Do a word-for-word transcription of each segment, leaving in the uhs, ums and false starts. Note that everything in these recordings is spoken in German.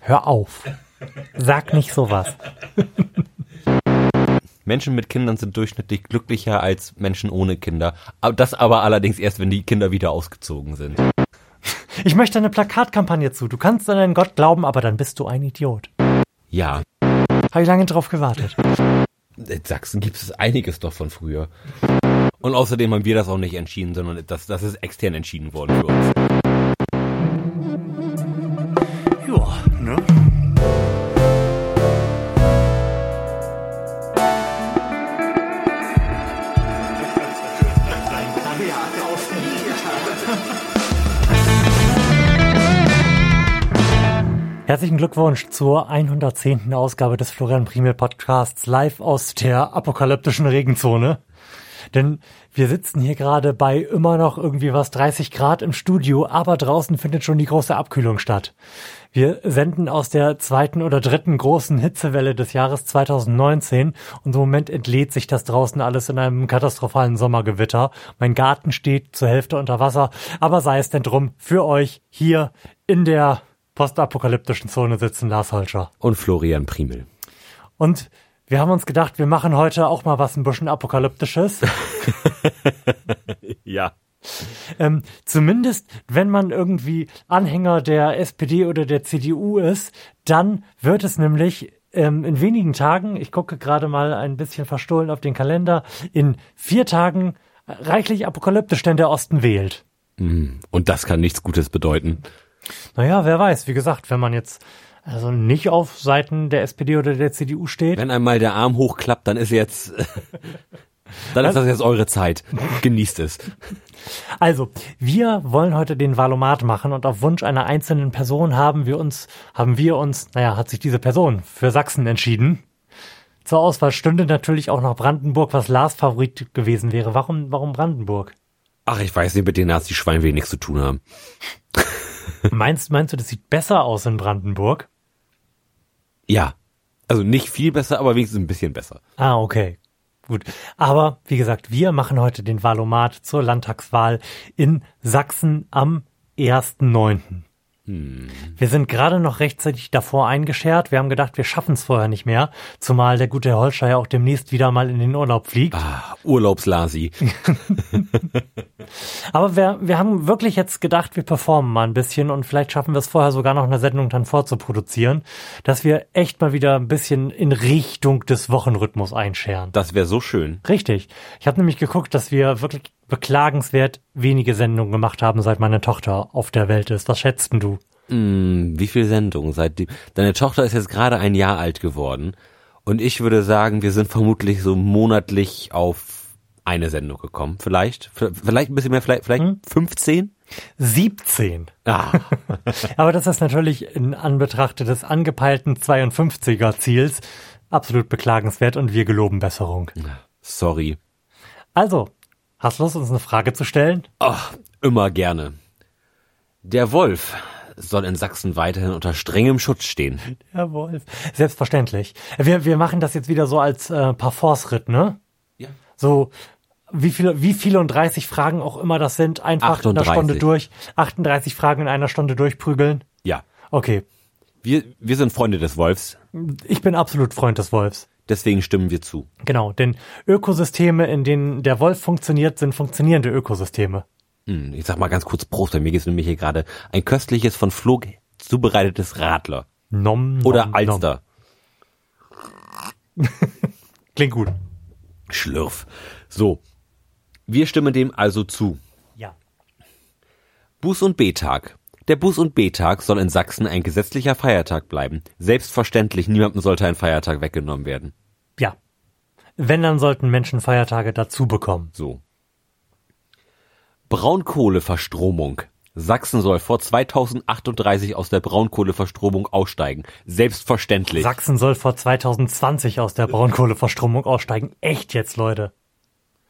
Hör auf. Sag nicht sowas. Menschen mit Kindern sind durchschnittlich glücklicher als Menschen ohne Kinder. Das aber allerdings erst, wenn die Kinder wieder ausgezogen sind. Ich möchte eine Plakatkampagne zu. Du kannst an einen Gott glauben, aber dann bist du ein Idiot. Ja. Habe ich lange drauf gewartet. In Sachsen gibt es einiges doch von früher. Und außerdem haben wir das auch nicht entschieden, sondern das, das ist extern entschieden worden für uns. Ja, ne? Herzlichen Glückwunsch zur hundertzehnten Ausgabe des Florian Primel Podcasts live aus der apokalyptischen Regenzone. Denn wir sitzen hier gerade bei immer noch irgendwie was dreißig Grad im Studio, aber draußen findet schon die große Abkühlung statt. Wir senden aus der zweiten oder dritten großen Hitzewelle des Jahres zweitausendneunzehn und im Moment entlädt sich das draußen alles in einem katastrophalen Sommergewitter. Mein Garten steht zur Hälfte unter Wasser, aber sei es denn drum, für euch hier in der postapokalyptischen Zone sitzen Lars Holscher. Und Florian Primel. Und wir haben uns gedacht, wir machen heute auch mal was ein bisschen Apokalyptisches. Ja. Ähm, zumindest, wenn man irgendwie Anhänger der S P D oder der C D U ist, dann wird es nämlich ähm, in wenigen Tagen, ich gucke gerade mal ein bisschen verstohlen auf den Kalender, in vier Tagen reichlich apokalyptisch, denn der Osten wählt. Und das kann nichts Gutes bedeuten. Naja, wer weiß. Wie gesagt, wenn man jetzt also nicht auf Seiten der S P D oder der C D U steht. Wenn einmal der Arm hochklappt, dann ist jetzt, dann ist das jetzt eure Zeit. Genießt es. Also, wir wollen heute den Valomat machen und auf Wunsch einer einzelnen Person haben wir uns, haben wir uns, naja, hat sich diese Person für Sachsen entschieden. Zur Auswahl stünde natürlich auch noch Brandenburg, was Lars Favorit gewesen wäre. Warum, warum Brandenburg? Ach, ich weiß nicht, mit denen Nazi-Schwein will nichts zu tun haben. Meinst, meinst du, das sieht besser aus in Brandenburg? Ja. Also nicht viel besser, aber wenigstens ein bisschen besser. Ah, okay. Gut. Aber, wie gesagt, wir machen heute den Valomat zur Landtagswahl in Sachsen am ersten neunten Hm. Wir sind gerade noch rechtzeitig davor eingeschert. Wir haben gedacht, wir schaffen es vorher nicht mehr. Zumal der gute Herr Holscher ja auch demnächst wieder mal in den Urlaub fliegt. Ah, Urlaubslasi. Aber wir, wir haben wirklich jetzt gedacht, wir performen mal ein bisschen und vielleicht schaffen wir es vorher sogar noch eine Sendung dann vorzuproduzieren, dass wir echt mal wieder ein bisschen in Richtung des Wochenrhythmus einscheren. Das wäre so schön. Richtig. Ich habe nämlich geguckt, dass wir wirklich beklagenswert wenige Sendungen gemacht haben, seit meine Tochter auf der Welt ist. Was schätzt denn du? Mm, wie viel Sendungen? Seitdem? Deine Tochter ist jetzt gerade ein Jahr alt geworden und ich würde sagen, wir sind vermutlich so monatlich auf eine Sendung gekommen. Vielleicht, vielleicht ein bisschen mehr, vielleicht, vielleicht hm? fünfzehn? siebzehn. Ah. Aber das ist natürlich in Anbetracht des angepeilten zweiundfünfziger Ziels absolut beklagenswert und wir geloben Besserung. Sorry. Also, hast du Lust, uns eine Frage zu stellen? Ach, immer gerne. Der Wolf soll in Sachsen weiterhin unter strengem Schutz stehen. Der Wolf. Selbstverständlich. Wir, wir machen das jetzt wieder so als äh, Parforce-Ritt, ne? Ja. So, wie viele, wie vierunddreißig Fragen auch immer das sind, einfach achtunddreißig. In einer Stunde durch. achtunddreißig Fragen in einer Stunde durchprügeln? Ja. Okay. Wir, wir sind Freunde des Wolfs. Ich bin absolut Freund des Wolfs. Deswegen stimmen wir zu. Genau, denn Ökosysteme, in denen der Wolf funktioniert, sind funktionierende Ökosysteme. Hm, ich sag mal ganz kurz Prost, bei mir geht es nämlich hier gerade ein köstliches, von Flo zubereitetes Radler. Nom, nom, Oder Alster. Nom. Klingt gut. Schlürf. So, wir stimmen dem also zu. Ja. Buß- und B-Tag. Der Buß- und B-Tag soll in Sachsen ein gesetzlicher Feiertag bleiben. Selbstverständlich, niemandem sollte ein Feiertag weggenommen werden. Ja. Wenn, dann sollten Menschen Feiertage dazu bekommen. So. Braunkohleverstromung. Sachsen soll vor zweitausendachtunddreißig aus der Braunkohleverstromung aussteigen. Selbstverständlich. Sachsen soll vor zweitausendzwanzig aus der Braunkohleverstromung aussteigen. Echt jetzt, Leute?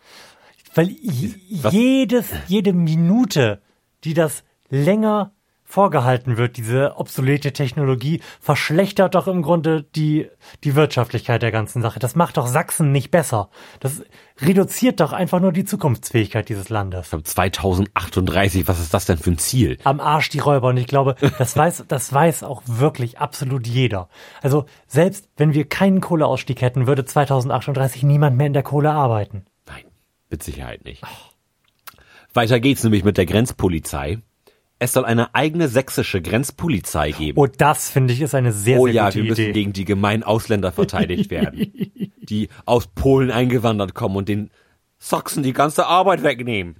Weil jedes, jede Minute, die das länger vorgehalten wird, diese obsolete Technologie, verschlechtert doch im Grunde die, die Wirtschaftlichkeit der ganzen Sache. Das macht doch Sachsen nicht besser. Das reduziert doch einfach nur die Zukunftsfähigkeit dieses Landes. zweitausendachtunddreißig, was ist das denn für ein Ziel? Am Arsch die Räuber. Und ich glaube, das weiß, das weiß auch wirklich absolut jeder. Also selbst wenn wir keinen Kohleausstieg hätten, würde zweitausendachtunddreißig niemand mehr in der Kohle arbeiten. Nein, mit Sicherheit nicht. Oh. Weiter geht's nämlich mit der Grenzpolizei. Es soll eine eigene sächsische Grenzpolizei geben. Oh, das finde ich ist eine sehr, oh, sehr ja, gute Idee. Oh ja, wir müssen gegen die gemeinen Ausländer verteidigt werden, die aus Polen eingewandert kommen und den Sachsen die ganze Arbeit wegnehmen.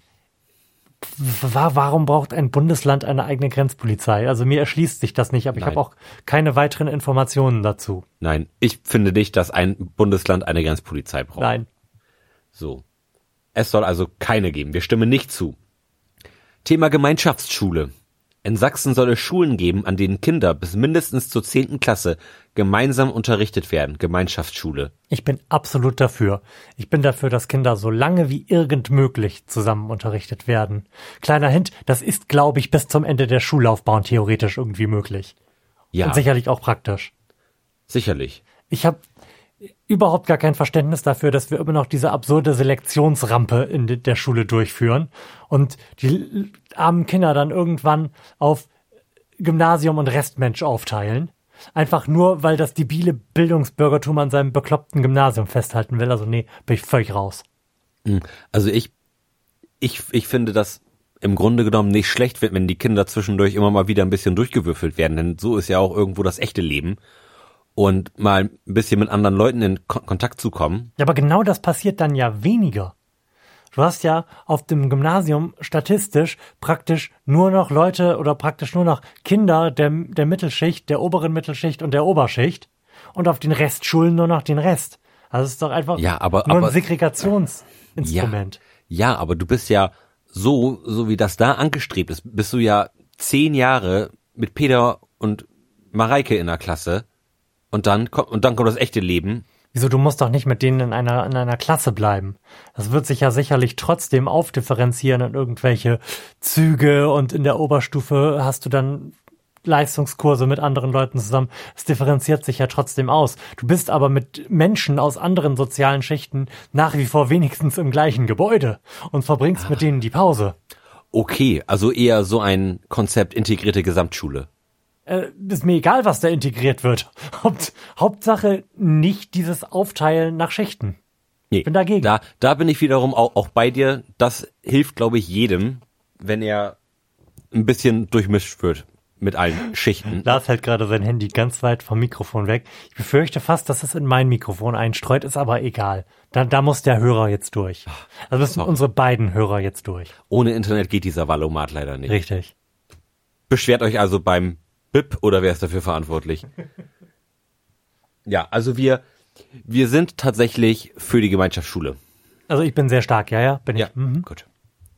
Warum braucht ein Bundesland eine eigene Grenzpolizei? Also mir erschließt sich das nicht, aber ich habe auch keine weiteren Informationen dazu. Nein, ich finde nicht, dass ein Bundesland eine Grenzpolizei braucht. Nein. So. Es soll also keine geben. Wir stimmen nicht zu. Thema Gemeinschaftsschule. In Sachsen soll es Schulen geben, an denen Kinder bis mindestens zur zehnten Klasse gemeinsam unterrichtet werden. Gemeinschaftsschule. Ich bin absolut dafür. Ich bin dafür, dass Kinder so lange wie irgend möglich zusammen unterrichtet werden. Kleiner Hint, das ist, glaube ich, bis zum Ende der Schullaufbahn theoretisch irgendwie möglich. Ja. Und sicherlich auch praktisch. Sicherlich. Ich habe überhaupt gar kein Verständnis dafür, dass wir immer noch diese absurde Selektionsrampe in der Schule durchführen und die armen Kinder dann irgendwann auf Gymnasium und Restmensch aufteilen. Einfach nur, weil das debile Bildungsbürgertum an seinem bekloppten Gymnasium festhalten will. Also nee, bin ich völlig raus. Also ich, ich, ich finde das im Grunde genommen nicht schlecht, wenn die Kinder zwischendurch immer mal wieder ein bisschen durchgewürfelt werden. Denn so ist ja auch irgendwo das echte Leben. Und mal ein bisschen mit anderen Leuten in Ko- Kontakt zu kommen. Ja, aber genau das passiert dann ja weniger. Du hast ja auf dem Gymnasium statistisch praktisch nur noch Leute oder praktisch nur noch Kinder der, der Mittelschicht, der oberen Mittelschicht und der Oberschicht und auf den Restschulen nur noch den Rest. Also es ist doch einfach ja, aber, nur aber, ein Segregationsinstrument. Ja, ja, aber du bist ja so, so wie das da angestrebt ist, bist du ja zehn Jahre mit Peter und Mareike in der Klasse. Und dann kommt, und dann kommt das echte Leben. Wieso, du musst doch nicht mit denen in einer, in einer Klasse bleiben. Das wird sich ja sicherlich trotzdem aufdifferenzieren in irgendwelche Züge und in der Oberstufe hast du dann Leistungskurse mit anderen Leuten zusammen. Es differenziert sich ja trotzdem aus. Du bist aber mit Menschen aus anderen sozialen Schichten nach wie vor wenigstens im gleichen Gebäude und verbringst ah. mit denen die Pause. Okay, also eher so ein Konzept integrierte Gesamtschule. Äh, ist mir egal, was da integriert wird. Haupt, Hauptsache nicht dieses Aufteilen nach Schichten. Nee, ich bin dagegen. Da, da bin ich wiederum auch, auch bei dir. Das hilft, glaube ich, jedem, wenn er ein bisschen durchmischt wird mit allen Schichten. Lars hält gerade sein Handy ganz weit vom Mikrofon weg. Ich befürchte fast, dass es in mein Mikrofon einstreut, ist aber egal. Da, da muss der Hörer jetzt durch. Also müssen Sorry. unsere beiden Hörer jetzt durch. Ohne Internet geht dieser Valomat leider nicht. Richtig. Beschwert euch also beim B I P oder wer ist dafür verantwortlich? Ja, also wir, wir sind tatsächlich für die Gemeinschaftsschule. Also ich bin sehr stark, ja, ja, bin ich. Ja, mhm. gut.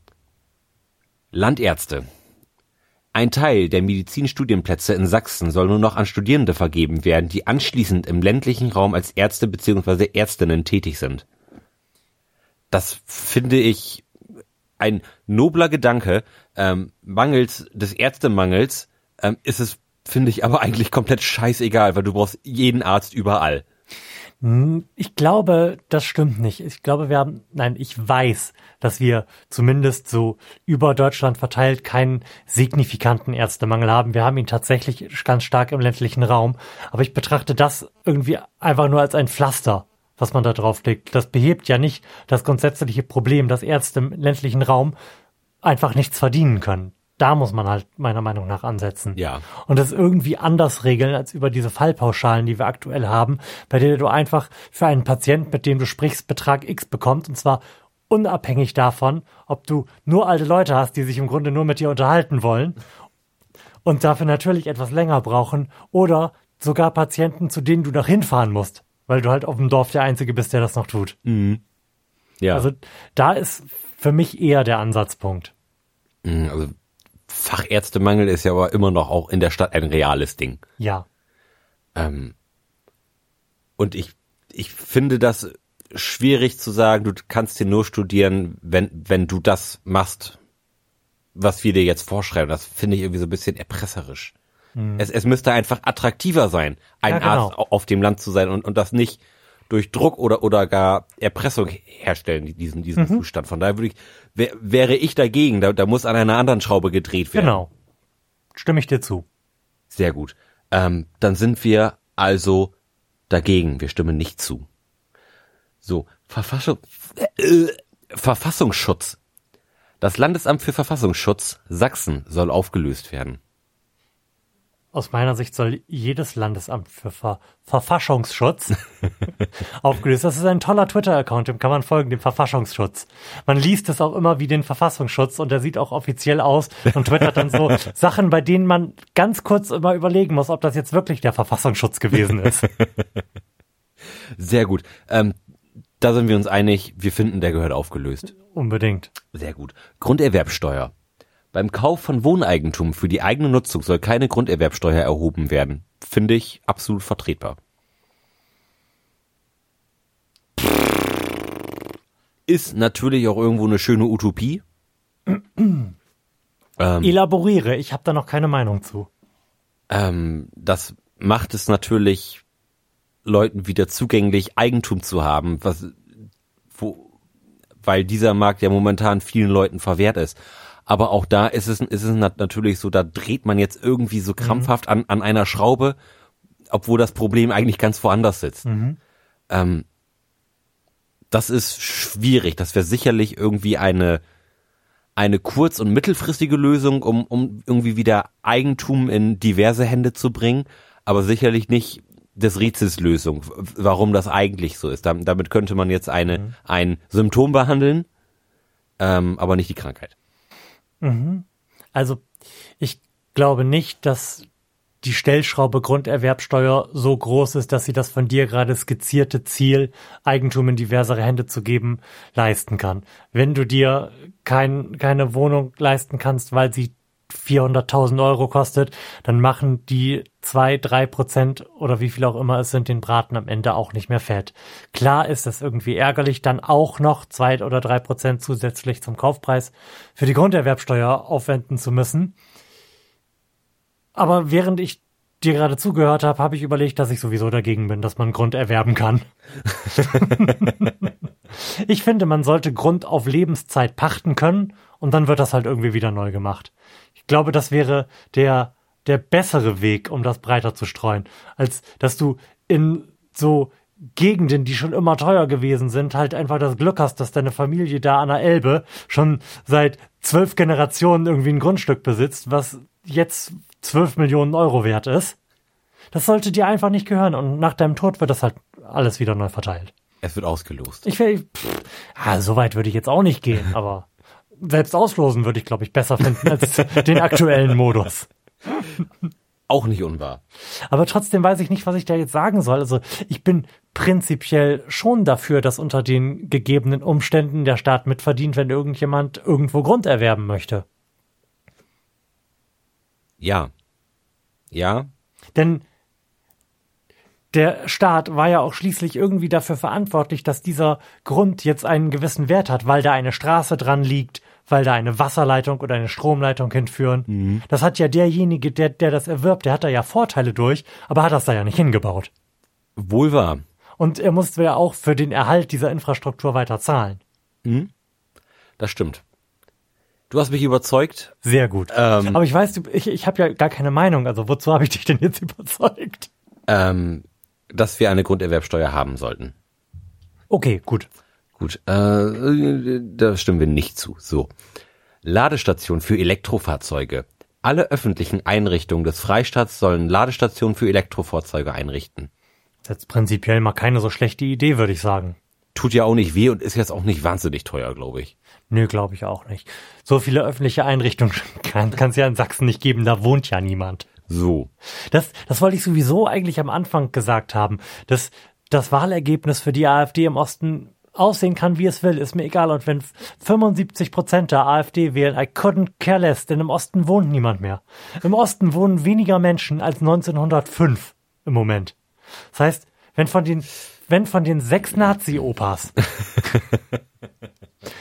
Landärzte. Ein Teil der Medizinstudienplätze in Sachsen soll nur noch an Studierende vergeben werden, die anschließend im ländlichen Raum als Ärzte bzw. Ärztinnen tätig sind. Das finde ich ein nobler Gedanke. Ähm, mangels des Ärztemangels ähm, ist es, finde ich, aber eigentlich komplett scheißegal, weil du brauchst jeden Arzt überall. Ich glaube, das stimmt nicht. Ich glaube, wir haben, nein, ich weiß, dass wir zumindest so über Deutschland verteilt keinen signifikanten Ärztemangel haben. Wir haben ihn tatsächlich ganz stark im ländlichen Raum. Aber ich betrachte das irgendwie einfach nur als ein Pflaster, was man da drauf legt. Das behebt ja nicht das grundsätzliche Problem, dass Ärzte im ländlichen Raum einfach nichts verdienen können. Da muss man halt meiner Meinung nach ansetzen. Ja. Und das irgendwie anders regeln als über diese Fallpauschalen, die wir aktuell haben, bei denen du einfach für einen Patient, mit dem du sprichst, Betrag X bekommst, und zwar unabhängig davon, ob du nur alte Leute hast, die sich im Grunde nur mit dir unterhalten wollen und dafür natürlich etwas länger brauchen, oder sogar Patienten, zu denen du noch hinfahren musst, weil du halt auf dem Dorf der Einzige bist, der das noch tut. Mhm. Ja. Also da ist für mich eher der Ansatzpunkt. Mhm, also Fachärztemangel ist ja aber immer noch auch in der Stadt ein reales Ding. Ja. Ähm, und ich, ich finde das schwierig zu sagen, du kannst hier nur studieren, wenn, wenn du das machst, was wir dir jetzt vorschreiben. Das finde ich irgendwie so ein bisschen erpresserisch. Hm. Es, es müsste einfach attraktiver sein, ein ja, genau. Arzt auf dem Land zu sein und, und das nicht durch Druck oder oder gar Erpressung herstellen, diesen diesen mhm. Zustand. Von daher würde ich, wär, wäre ich dagegen, da, da muss an einer anderen Schraube gedreht werden. Genau. Stimme ich dir zu. Sehr gut. Ähm, dann sind wir also dagegen. Wir stimmen nicht zu. So, Verfassung, äh, Verfassungsschutz. Das Landesamt für Verfassungsschutz Sachsen soll aufgelöst werden. Aus meiner Sicht soll jedes Landesamt für Ver- Verfassungsschutz aufgelöst. Das ist ein toller Twitter-Account, dem kann man folgen, dem Verfassungsschutz. Man liest es auch immer wie den Verfassungsschutz und der sieht auch offiziell aus und twittert dann so Sachen, bei denen man ganz kurz immer überlegen muss, ob das jetzt wirklich der Verfassungsschutz gewesen ist. Sehr gut. Ähm, da sind wir uns einig, wir finden, der gehört aufgelöst. Unbedingt. Sehr gut. Grunderwerbsteuer. Beim Kauf von Wohneigentum für die eigene Nutzung soll keine Grunderwerbsteuer erhoben werden. Finde ich absolut vertretbar. Ist natürlich auch irgendwo eine schöne Utopie. ähm, Elaboriere, ich habe da noch keine Meinung zu. Ähm, das macht es natürlich Leuten wieder zugänglich, Eigentum zu haben, was, wo, weil dieser Markt ja momentan vielen Leuten verwehrt ist. Aber auch da ist es, ist es natürlich so, da dreht man jetzt irgendwie so krampfhaft an, an einer Schraube, obwohl das Problem eigentlich ganz woanders sitzt. Mhm. Ähm, das ist schwierig. Das wäre sicherlich irgendwie eine, eine kurz- und mittelfristige Lösung, um, um irgendwie wieder Eigentum in diverse Hände zu bringen, aber sicherlich nicht des Rätsels Lösung, warum das eigentlich so ist. Damit könnte man jetzt eine, mhm. ein Symptom behandeln, ähm, aber nicht die Krankheit. Mhm. Also ich glaube nicht, dass die Stellschraube Grunderwerbsteuer so groß ist, dass sie das von dir gerade skizzierte Ziel, Eigentum in diversere Hände zu geben, leisten kann. Wenn du dir kein, keine Wohnung leisten kannst, weil sie vierhunderttausend Euro kostet, dann machen die zwei, drei Prozent oder wie viel auch immer es sind, den Braten am Ende auch nicht mehr fett. Klar ist es irgendwie ärgerlich, dann auch noch zwei oder drei Prozent zusätzlich zum Kaufpreis für die Grunderwerbsteuer aufwenden zu müssen. Aber während ich dir gerade zugehört habe, habe ich überlegt, dass ich sowieso dagegen bin, dass man Grund erwerben kann. Ich finde, man sollte Grund auf Lebenszeit pachten können und dann wird das halt irgendwie wieder neu gemacht. Ich glaube, das wäre der, der bessere Weg, um das breiter zu streuen, als dass du in so Gegenden, die schon immer teuer gewesen sind, halt einfach das Glück hast, dass deine Familie da an der Elbe schon seit zwölf Generationen irgendwie ein Grundstück besitzt, was jetzt zwölf Millionen Euro wert ist. Das sollte dir einfach nicht gehören und nach deinem Tod wird das halt alles wieder neu verteilt. Es wird ausgelost. Ich will, pff, ah, so weit würde ich jetzt auch nicht gehen, aber selbst auslosen würde ich, glaube ich, besser finden als den aktuellen Modus. Auch nicht unwahr. Aber trotzdem weiß ich nicht, was ich da jetzt sagen soll. Also ich bin prinzipiell schon dafür, dass unter den gegebenen Umständen der Staat mitverdient, wenn irgendjemand irgendwo Grund erwerben möchte. Ja. Ja. Denn der Staat war ja auch schließlich irgendwie dafür verantwortlich, dass dieser Grund jetzt einen gewissen Wert hat, weil da eine Straße dran liegt, weil da eine Wasserleitung oder eine Stromleitung hinführen. Mhm. Das hat ja derjenige, der, der das erwirbt, der hat da ja Vorteile durch, aber hat das da ja nicht hingebaut. Wohl wahr. Und er musste ja auch für den Erhalt dieser Infrastruktur weiter zahlen. Mhm. Das stimmt. Du hast mich überzeugt. Sehr gut. Ähm, aber ich weiß, ich, ich habe ja gar keine Meinung, also wozu habe ich dich denn jetzt überzeugt? Ähm, dass wir eine Grunderwerbsteuer haben sollten. Okay, gut. Gut, äh, da stimmen wir nicht zu. So. Ladestation für Elektrofahrzeuge. Alle öffentlichen Einrichtungen des Freistaats sollen Ladestationen für Elektrofahrzeuge einrichten. Das ist jetzt prinzipiell mal keine so schlechte Idee, würde ich sagen. Tut ja auch nicht weh und ist jetzt auch nicht wahnsinnig teuer, glaube ich. Nö, glaube ich auch nicht. So viele öffentliche Einrichtungen kann es ja in Sachsen nicht geben, da wohnt ja niemand. So. Das, das wollte ich sowieso eigentlich am Anfang gesagt haben. Dass das Wahlergebnis für die AfD im Osten aussehen kann, wie es will, ist mir egal. Und wenn fünfundsiebzig Prozent der AfD wählen, I couldn't care less, denn im Osten wohnt niemand mehr. Im Osten wohnen weniger Menschen als neunzehnhundertfünf im Moment. Das heißt, wenn von den, wenn von den sechs Nazi-Opas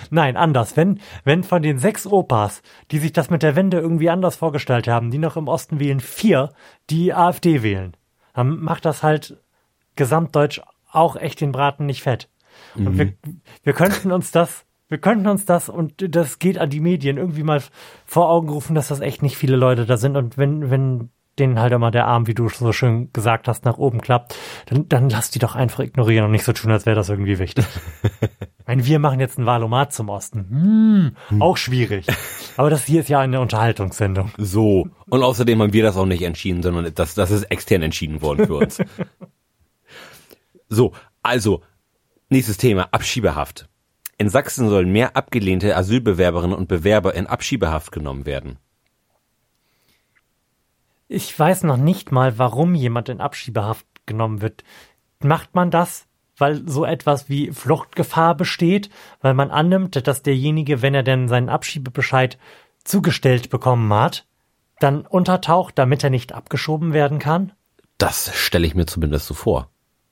Nein, anders. Wenn, wenn von den sechs Opas, die sich das mit der Wende irgendwie anders vorgestellt haben, die noch im Osten wählen, vier, die AfD wählen, dann macht das halt gesamtdeutsch auch echt den Braten nicht fett. Und mhm. wir, wir könnten uns das, wir könnten uns das, und das geht an die Medien, irgendwie mal vor Augen rufen, dass das echt nicht viele Leute da sind. Und wenn, wenn denen halt immer der Arm, wie du so schön gesagt hast, nach oben klappt, dann, dann lass die doch einfach ignorieren und nicht so tun, als wäre das irgendwie wichtig. Ich meine, wir machen jetzt ein Wahlomat zum Osten. Hm, hm. Auch schwierig. Aber das hier ist ja eine Unterhaltungssendung. So. Und außerdem haben wir das auch nicht entschieden, sondern das, das ist extern entschieden worden für uns. So, also, nächstes Thema, Abschiebehaft. In Sachsen sollen mehr abgelehnte Asylbewerberinnen und Bewerber in Abschiebehaft genommen werden. Ich weiß noch nicht mal, warum jemand in Abschiebehaft genommen wird. Macht man das, weil so etwas wie Fluchtgefahr besteht? Weil man annimmt, dass derjenige, wenn er denn seinen Abschiebebescheid zugestellt bekommen hat, dann untertaucht, damit er nicht abgeschoben werden kann? Das stelle ich mir zumindest so vor.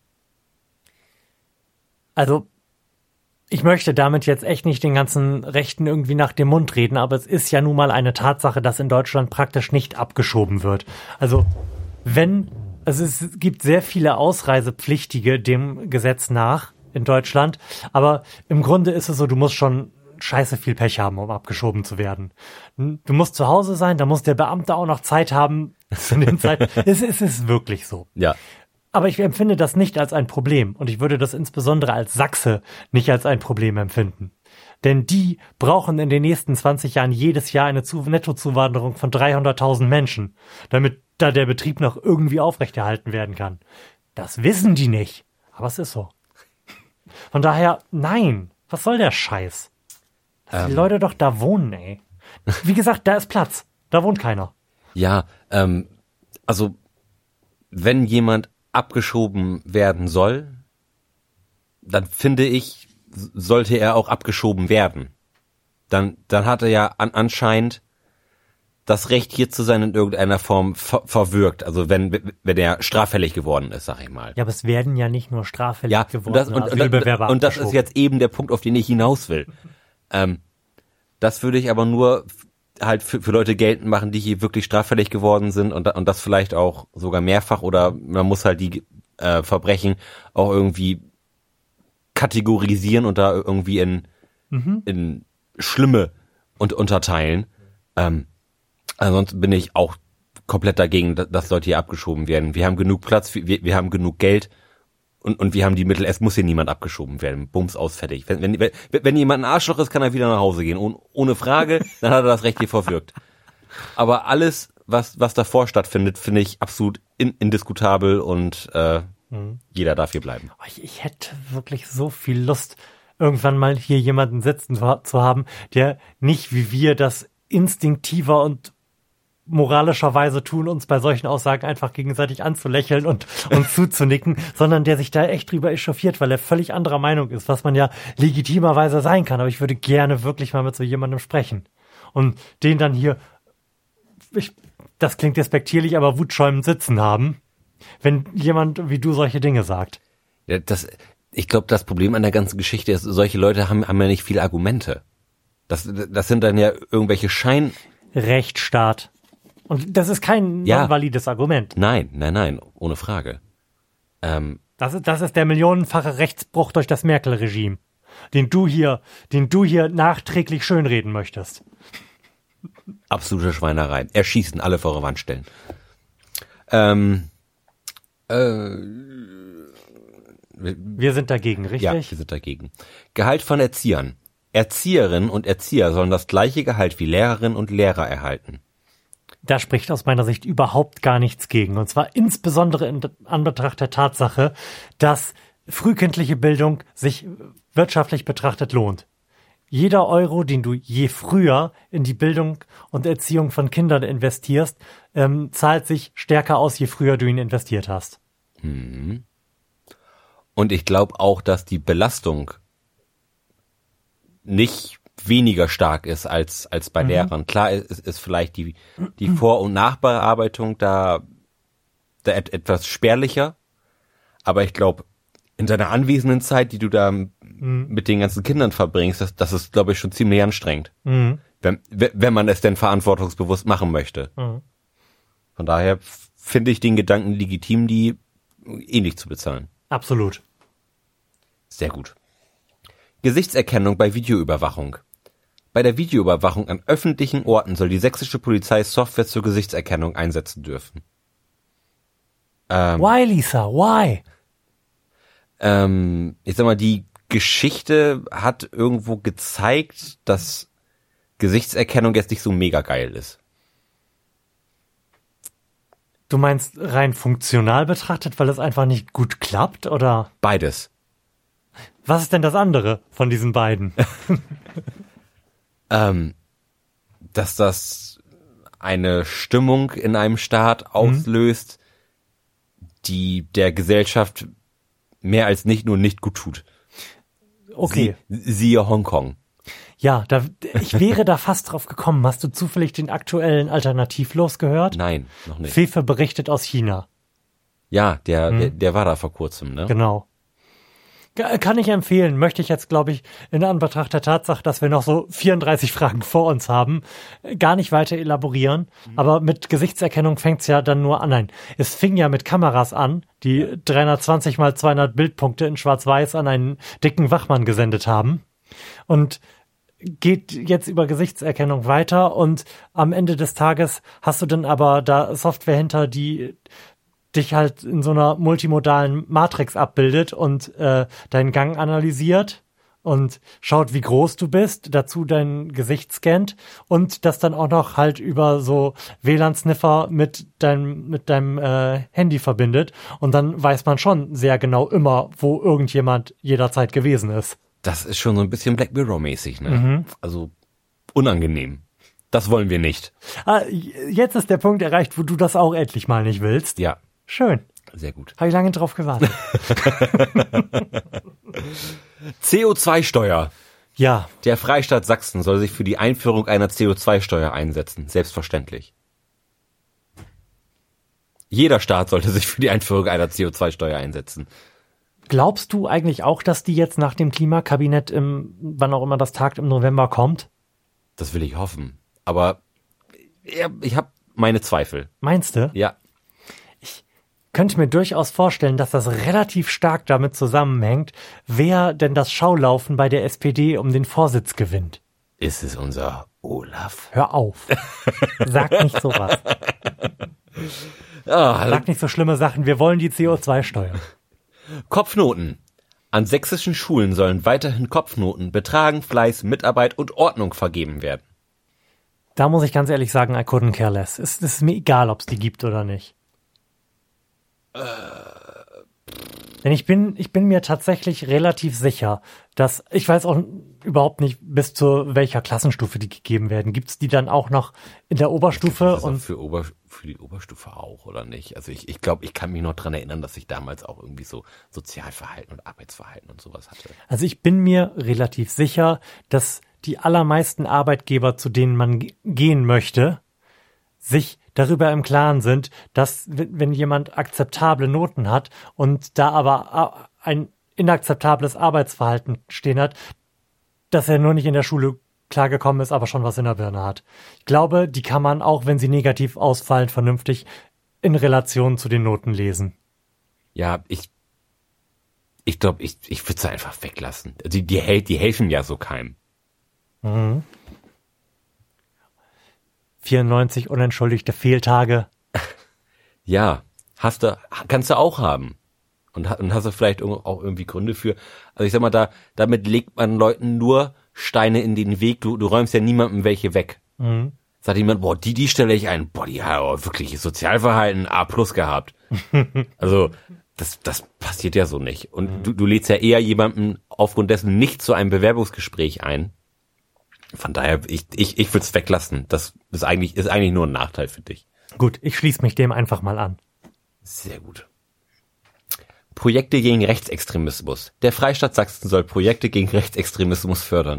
Also, ich möchte damit jetzt echt nicht den ganzen Rechten irgendwie nach dem Mund reden, aber es ist ja nun mal eine Tatsache, dass in Deutschland praktisch nicht abgeschoben wird. Also, wenn, also es gibt sehr viele Ausreisepflichtige dem Gesetz nach in Deutschland, aber im Grunde ist es so, du musst schon scheiße viel Pech haben, um abgeschoben zu werden. Du musst zu Hause sein, da muss der Beamte auch noch Zeit haben. Zu den Zeiten. es, es ist wirklich so. Ja. Aber ich empfinde das nicht als ein Problem und ich würde das insbesondere als Sachse nicht als ein Problem empfinden. Denn die brauchen in den nächsten zwanzig Jahren jedes Jahr eine Zu- Nettozuwanderung von dreihunderttausend Menschen, damit da der Betrieb noch irgendwie aufrechterhalten werden kann. Das wissen die nicht, aber es ist so. Von daher, nein, was soll der Scheiß? Lass ähm, die Leute doch da wohnen, ey. Wie gesagt, da ist Platz, da wohnt keiner. Ja, ähm, also wenn jemand abgeschoben werden soll, dann finde ich, sollte er auch abgeschoben werden. Dann, dann hat er ja an, anscheinend das Recht, hier zu sein, in irgendeiner Form ver- verwirkt. Also wenn, wenn er straffällig geworden ist, sag ich mal. Ja, aber es werden ja nicht nur straffällig ja, geworden, das, und, Asylbewerber und, und das ist jetzt eben der Punkt, auf den ich hinaus will. ähm, das würde ich aber nur halt für, für Leute geltend machen, die hier wirklich straffällig geworden sind und, und das vielleicht auch sogar mehrfach, oder man muss halt die äh, Verbrechen auch irgendwie kategorisieren und da irgendwie in, mhm. in schlimme und unterteilen. Ähm, ansonsten bin ich auch komplett dagegen, dass, dass Leute hier abgeschoben werden. Wir haben genug Platz, wir, wir haben genug Geld und, und wir haben die Mittel, es muss hier niemand abgeschoben werden. Bums, aus, fertig. Wenn, wenn, wenn, wenn jemand ein Arschloch ist, kann er wieder nach Hause gehen. Und, ohne Frage, dann hat er das Recht hier verwirkt. Aber alles, was, was davor stattfindet, finde ich absolut in, indiskutabel und äh, mhm. jeder darf hier bleiben. Ich, ich hätte wirklich so viel Lust, irgendwann mal hier jemanden sitzen zu, zu haben, der nicht wie wir das instinktiver und moralischerweise tun, uns bei solchen Aussagen einfach gegenseitig anzulächeln und, und zuzunicken, sondern der sich da echt drüber echauffiert, weil er völlig anderer Meinung ist, was man ja legitimerweise sein kann. Aber ich würde gerne wirklich mal mit so jemandem sprechen. Und den dann hier, ich, das klingt despektierlich, aber wutschäumend sitzen haben, wenn jemand wie du solche Dinge sagt. Ja, das, ich glaube, das Problem an der ganzen Geschichte ist, solche Leute haben, haben ja nicht viele Argumente. Das, das sind dann ja irgendwelche Schein... Rechtsstaat. Und das ist kein ja. non-valides Argument. Nein, nein, nein, ohne Frage. Ähm, das ist, das ist der millionenfache Rechtsbruch durch das Merkel-Regime, den du hier, den du hier nachträglich schönreden möchtest. Absolute Schweinerei. Erschießen, alle vor der Wand stellen. Ähm, äh, wir sind dagegen, richtig? Ja, wir sind dagegen. Gehalt von Erziehern. Erzieherinnen und Erzieher sollen das gleiche Gehalt wie Lehrerinnen und Lehrer erhalten. Da spricht aus meiner Sicht überhaupt gar nichts gegen. Und zwar insbesondere in Anbetracht der Tatsache, dass frühkindliche Bildung sich wirtschaftlich betrachtet lohnt. Jeder Euro, den du je früher in die Bildung und Erziehung von Kindern investierst, ähm, zahlt sich stärker aus, je früher du ihn investiert hast. Mhm. Und ich glaube auch, dass die Belastung nicht weniger stark ist als als bei mhm. Lehrern. Klar ist, ist vielleicht die die Vor- und Nachbearbeitung da, da et, etwas spärlicher, aber ich glaube, in deiner anwesenden Zeit, die du da mhm. mit den ganzen Kindern verbringst, das, das ist, glaube ich, schon ziemlich anstrengend. Mhm. Wenn, wenn man es denn verantwortungsbewusst machen möchte. Mhm. Von daher finde ich den Gedanken legitim, die ähnlich zu bezahlen. Absolut. Sehr gut. Gesichtserkennung bei Videoüberwachung. Bei der Videoüberwachung an öffentlichen Orten soll die sächsische Polizei Software zur Gesichtserkennung einsetzen dürfen. Ähm, Why, Lisa? Why? Ähm, ich sag mal, die Geschichte hat irgendwo gezeigt, dass Gesichtserkennung jetzt nicht so mega geil ist. Du meinst rein funktional betrachtet, weil es einfach nicht gut klappt, oder? Beides. Was ist denn das andere von diesen beiden? ähm, dass das eine Stimmung in einem Staat auslöst, mhm. die der Gesellschaft mehr als nicht nur nicht gut tut. Okay. Sie, siehe Hongkong. Ja, da, ich wäre da fast drauf gekommen. Hast du zufällig den aktuellen Alternativlos gehört? Nein, noch nicht. Fefe berichtet aus China. Ja, der, hm. der, der war da vor kurzem, ne? Genau. Kann ich empfehlen, möchte ich jetzt, glaube ich, in Anbetracht der Tatsache, dass wir noch so vierunddreißig Fragen vor uns haben, gar nicht weiter elaborieren. Mhm. Aber mit Gesichtserkennung fängt's ja dann nur an. Nein, es fing ja mit Kameras an, die dreihundertzwanzig mal zweihundert Bildpunkte in Schwarz-Weiß an einen dicken Wachmann gesendet haben. Und geht jetzt über Gesichtserkennung weiter. Und am Ende des Tages hast du dann aber da Software hinter, die dich halt in so einer multimodalen Matrix abbildet und äh, deinen Gang analysiert und schaut, wie groß du bist, dazu dein Gesicht scannt und das dann auch noch halt über so W L A N-Sniffer mit deinem mit deinem äh, Handy verbindet und dann weiß man schon sehr genau immer, wo irgendjemand jederzeit gewesen ist. Das ist schon so ein bisschen Black Mirror-mäßig, ne? Mhm. Also unangenehm. Das wollen wir nicht. Ah, jetzt ist der Punkt erreicht, wo du das auch endlich mal nicht willst. Ja. Schön. Sehr gut. Habe ich lange drauf gewartet. C O zwei Steuer. Ja. Der Freistaat Sachsen soll sich für die Einführung einer C O zwei Steuer einsetzen. Selbstverständlich. Jeder Staat sollte sich für die Einführung einer C O zwei Steuer einsetzen. Glaubst du eigentlich auch, dass die jetzt nach dem Klimakabinett im, wann auch immer das tagt, im November kommt? Das will ich hoffen. Aber ja, ich habe meine Zweifel. Meinst du? Ja. Könnte mir durchaus vorstellen, dass das relativ stark damit zusammenhängt, wer denn das Schaulaufen bei der S P D um den Vorsitz gewinnt. Ist es unser Olaf? Hör auf. Sag nicht sowas. Ah, Sag nicht so schlimme Sachen. Wir wollen die C O zwei Steuer. Kopfnoten. An sächsischen Schulen sollen weiterhin Kopfnoten, Betragen, Fleiß, Mitarbeit und Ordnung vergeben werden. Da muss ich ganz ehrlich sagen, I couldn't care less. Es, es ist mir egal, ob es die gibt oder nicht. Denn ich bin, ich bin mir tatsächlich relativ sicher, dass, ich weiß auch überhaupt nicht, bis zu welcher Klassenstufe die gegeben werden. Gibt's die dann auch noch in der Oberstufe? Das und für, Ober, für die Oberstufe auch, oder nicht? Also ich, ich glaube, ich kann mich noch dran erinnern, dass ich damals auch irgendwie so Sozialverhalten und Arbeitsverhalten und sowas hatte. Also ich bin mir relativ sicher, dass die allermeisten Arbeitgeber, zu denen man g- gehen möchte, sich darüber im Klaren sind, dass wenn jemand akzeptable Noten hat und da aber ein inakzeptables Arbeitsverhalten stehen hat, dass er nur nicht in der Schule klargekommen ist, aber schon was in der Birne hat. Ich glaube, die kann man, auch wenn sie negativ ausfallen, vernünftig in Relation zu den Noten lesen. Ja, ich ich glaube, ich, ich würde es einfach weglassen. Die, die, die helfen ja so keinem. Mhm. vierundneunzig unentschuldigte Fehltage. Ja, hast du, kannst du auch haben. Und, und hast du vielleicht auch irgendwie Gründe für. Also ich sag mal, da, damit legt man Leuten nur Steine in den Weg. Du, du räumst ja niemandem welche weg. Mhm. Sagt jemand, boah, die, die stelle ich ein. Boah, die hat aber wirklich Sozialverhalten A plus gehabt. Also, das, das passiert ja so nicht. Und mhm. du, du lädst ja eher jemanden aufgrund dessen nicht zu einem Bewerbungsgespräch ein. Von daher, ich, ich, ich würde es weglassen. Das ist eigentlich, ist eigentlich nur ein Nachteil für dich. Gut, ich schließe mich dem einfach mal an. Sehr gut. Projekte gegen Rechtsextremismus. Der Freistaat Sachsen soll Projekte gegen Rechtsextremismus fördern.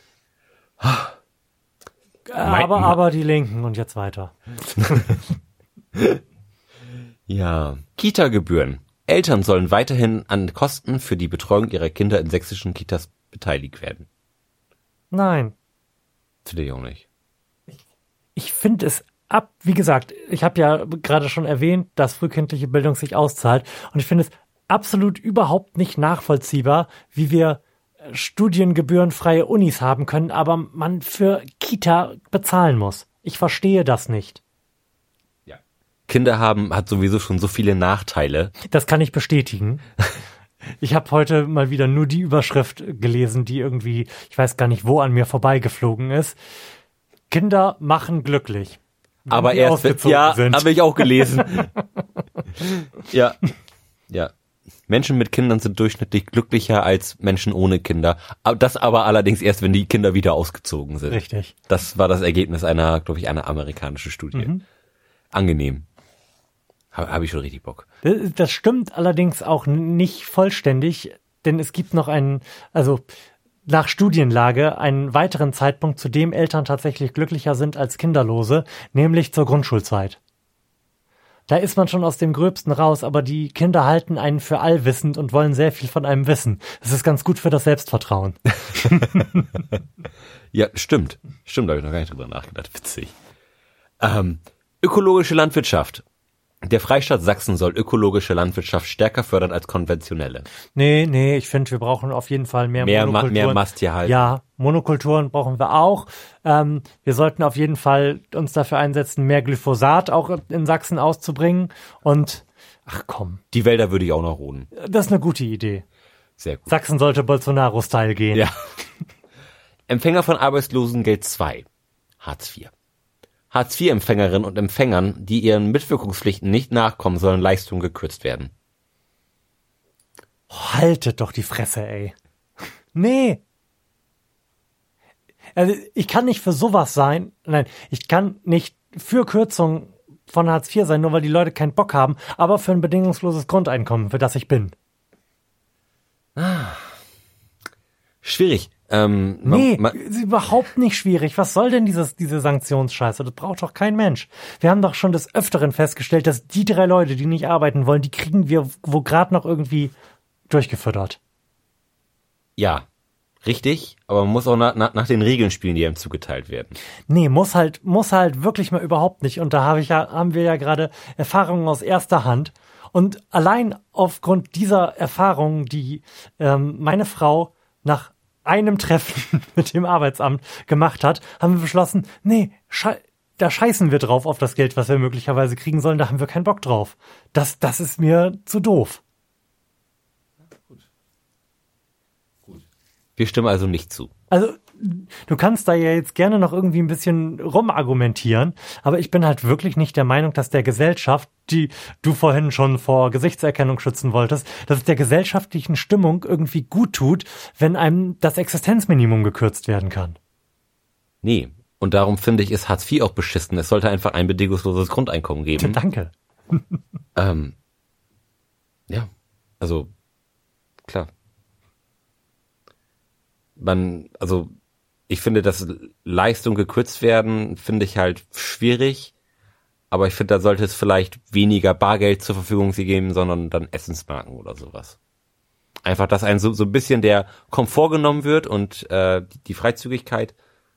Aber, aber die Linken und jetzt weiter. Ja. Kita-Gebühren. Eltern sollen weiterhin an Kosten für die Betreuung ihrer Kinder in sächsischen Kitas beteiligt werden. Nein. Finde ich auch nicht. Ich finde es ab, wie gesagt, ich habe ja gerade schon erwähnt, dass frühkindliche Bildung sich auszahlt. Und ich finde es absolut überhaupt nicht nachvollziehbar, wie wir studiengebührenfreie Unis haben können, aber man für Kita bezahlen muss. Ich verstehe das nicht. Ja. Kinder haben, hat sowieso schon so viele Nachteile. Das kann ich bestätigen. Ich habe heute mal wieder nur die Überschrift gelesen, die irgendwie, ich weiß gar nicht, wo an mir vorbeigeflogen ist. Kinder machen glücklich. Aber erst, ja, habe ich auch gelesen. ja, ja. Menschen mit Kindern sind durchschnittlich glücklicher als Menschen ohne Kinder. Das aber allerdings erst, wenn die Kinder wieder ausgezogen sind. Richtig. Das war das Ergebnis einer, glaube ich, einer amerikanischen Studie. Mhm. Angenehm. Habe hab ich schon richtig Bock. Das stimmt allerdings auch nicht vollständig, denn es gibt noch einen, also nach Studienlage, einen weiteren Zeitpunkt, zu dem Eltern tatsächlich glücklicher sind als Kinderlose, nämlich zur Grundschulzeit. Da ist man schon aus dem Gröbsten raus, aber die Kinder halten einen für allwissend und wollen sehr viel von einem wissen. Das ist ganz gut für das Selbstvertrauen. Ja, stimmt. Stimmt, da habe ich noch gar nicht drüber nachgedacht. Witzig. Ähm, ökologische Landwirtschaft. Der Freistaat Sachsen soll ökologische Landwirtschaft stärker fördern als konventionelle. Nee, nee, ich finde, wir brauchen auf jeden Fall mehr, mehr Monokulturen. Ma- mehr Masttierhaltung. Ja, Monokulturen brauchen wir auch. Ähm, wir sollten auf jeden Fall uns dafür einsetzen, mehr Glyphosat auch in Sachsen auszubringen. Und, ach komm. Die Wälder würde ich auch noch roden. Das ist eine gute Idee. Sehr gut. Sachsen sollte Bolsonaro-Style gehen. Ja. Empfänger von Arbeitslosengeld zwei. Hartz vier. Hartz vier Empfängerinnen und Empfängern, die ihren Mitwirkungspflichten nicht nachkommen, sollen Leistungen gekürzt werden. Haltet doch die Fresse, ey. Nee. Also ich kann nicht für sowas sein. Nein, ich kann nicht für Kürzungen von Hartz vier sein, nur weil die Leute keinen Bock haben, aber für ein bedingungsloses Grundeinkommen, für das ich bin. Ah. Schwierig. Ähm, nee, man, man, ist überhaupt nicht schwierig. Was soll denn dieses, diese Sanktionsscheiße? Das braucht doch kein Mensch. Wir haben doch schon des Öfteren festgestellt, dass die drei Leute, die nicht arbeiten wollen, die kriegen wir wo gerade noch irgendwie durchgefüttert. Ja, richtig, aber man muss auch nach, nach, nach den Regeln spielen, die einem zugeteilt werden. Nee, muss halt, muss halt wirklich mal überhaupt nicht. Und da habe ich ja, haben wir ja gerade Erfahrungen aus erster Hand. Und allein aufgrund dieser Erfahrungen, die ähm, meine Frau nach einem Treffen mit dem Arbeitsamt gemacht hat, haben wir beschlossen, nee, schei- da scheißen wir drauf auf das Geld, was wir möglicherweise kriegen sollen, da haben wir keinen Bock drauf. Das, das ist mir zu doof. Gut. Gut. Wir stimmen also nicht zu. Also, du kannst da ja jetzt gerne noch irgendwie ein bisschen rumargumentieren, aber ich bin halt wirklich nicht der Meinung, dass der Gesellschaft, die du vorhin schon vor Gesichtserkennung schützen wolltest, dass es der gesellschaftlichen Stimmung irgendwie gut tut, wenn einem das Existenzminimum gekürzt werden kann. Nee, und darum finde ich, ist Hartz vier auch beschissen. Es sollte einfach ein bedingungsloses Grundeinkommen geben. Danke. ähm, ja, also, klar. Man, also, ich finde, dass Leistungen gekürzt werden, finde ich halt schwierig. Aber ich finde, da sollte es vielleicht weniger Bargeld zur Verfügung geben, sondern dann Essensmarken oder sowas. Einfach, dass einem so, so ein bisschen der Komfort genommen wird und äh, die Freizügigkeit.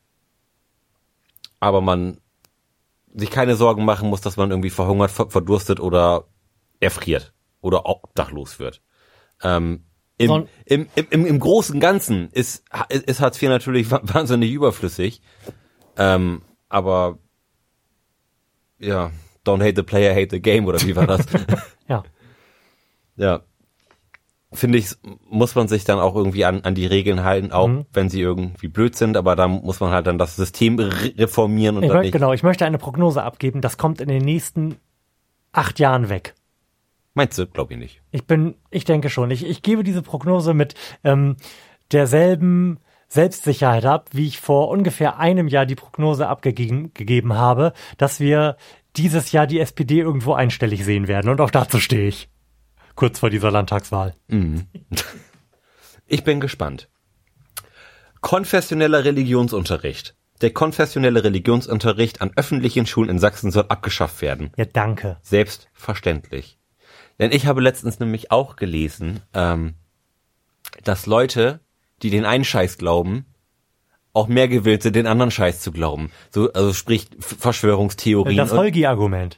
Aber man sich keine Sorgen machen muss, dass man irgendwie verhungert, verdurstet oder erfriert oder obdachlos wird. Ähm, Im, im, im, im großen Ganzen ist, ist Hartz vier natürlich wahnsinnig überflüssig. Ähm, aber ja, don't hate the player, hate the game, oder wie war das? Ja. Ja. Finde ich, muss man sich dann auch irgendwie an, an die Regeln halten, auch mhm. wenn sie irgendwie blöd sind, aber da muss man halt dann das System re- reformieren. Und ich dann möchte, nicht. Genau, ich möchte eine Prognose abgeben, das kommt in den nächsten acht Jahren weg. Meinst du? Glaube ich nicht. Ich bin, ich denke schon. Ich, ich gebe diese Prognose mit ähm, derselben Selbstsicherheit ab, wie ich vor ungefähr einem Jahr die Prognose abgegeben gegeben habe, dass wir dieses Jahr die S P D irgendwo einstellig sehen werden. Und auch dazu stehe ich. Kurz vor dieser Landtagswahl. Mhm. Ich bin gespannt. Konfessioneller Religionsunterricht. Der konfessionelle Religionsunterricht an öffentlichen Schulen in Sachsen soll abgeschafft werden. Ja, danke. Selbstverständlich. Denn ich habe letztens nämlich auch gelesen, ähm, dass Leute, die den einen Scheiß glauben, auch mehr gewillt sind, den anderen Scheiß zu glauben. So, also sprich Verschwörungstheorien. Das Holgi-Argument.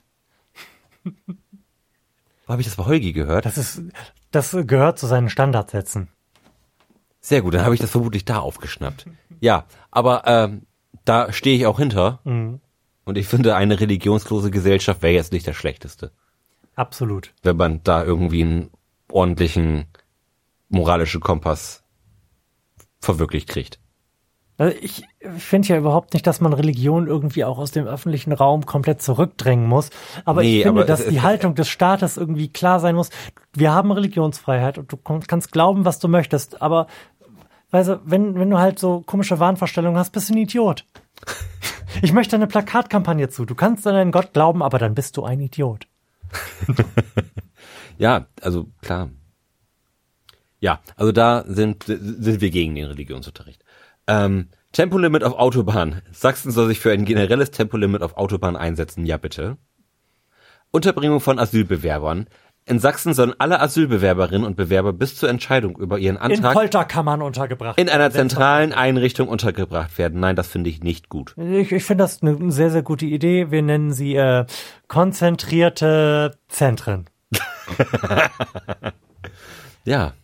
Wo habe ich das bei Holgi gehört? Das ist, das gehört zu seinen Standardsätzen. Sehr gut, dann habe ich das vermutlich da aufgeschnappt. Ja, aber ähm, da stehe ich auch hinter. Mhm. Und ich finde, eine religionslose Gesellschaft wäre jetzt nicht das Schlechteste. Absolut. Wenn man da irgendwie einen ordentlichen moralischen Kompass verwirklicht kriegt. Also ich finde ja überhaupt nicht, dass man Religion irgendwie auch aus dem öffentlichen Raum komplett zurückdrängen muss. Aber Nee, ich finde, aber dass es- die es- Haltung des Staates irgendwie klar sein muss. Wir haben Religionsfreiheit und du kannst glauben, was du möchtest. Aber weißt du, wenn, wenn du halt so komische Wahnvorstellungen hast, bist du ein Idiot. Ich möchte eine Plakatkampagne zu. Du kannst an einen Gott glauben, aber dann bist du ein Idiot. Ja, also klar. Ja, also da sind, sind wir gegen den Religionsunterricht. Ähm, Tempolimit auf Autobahn. Sachsen soll sich für ein generelles Tempolimit auf Autobahn einsetzen. Ja, bitte. Unterbringung von Asylbewerbern. In Sachsen sollen alle Asylbewerberinnen und Bewerber bis zur Entscheidung über ihren In Antrag Folterkammern untergebracht. in einer zentralen Einrichtung untergebracht werden. Nein, das finde ich nicht gut. Ich, ich finde das eine sehr, sehr gute Idee. Wir nennen sie äh, konzentrierte Zentren. Ja.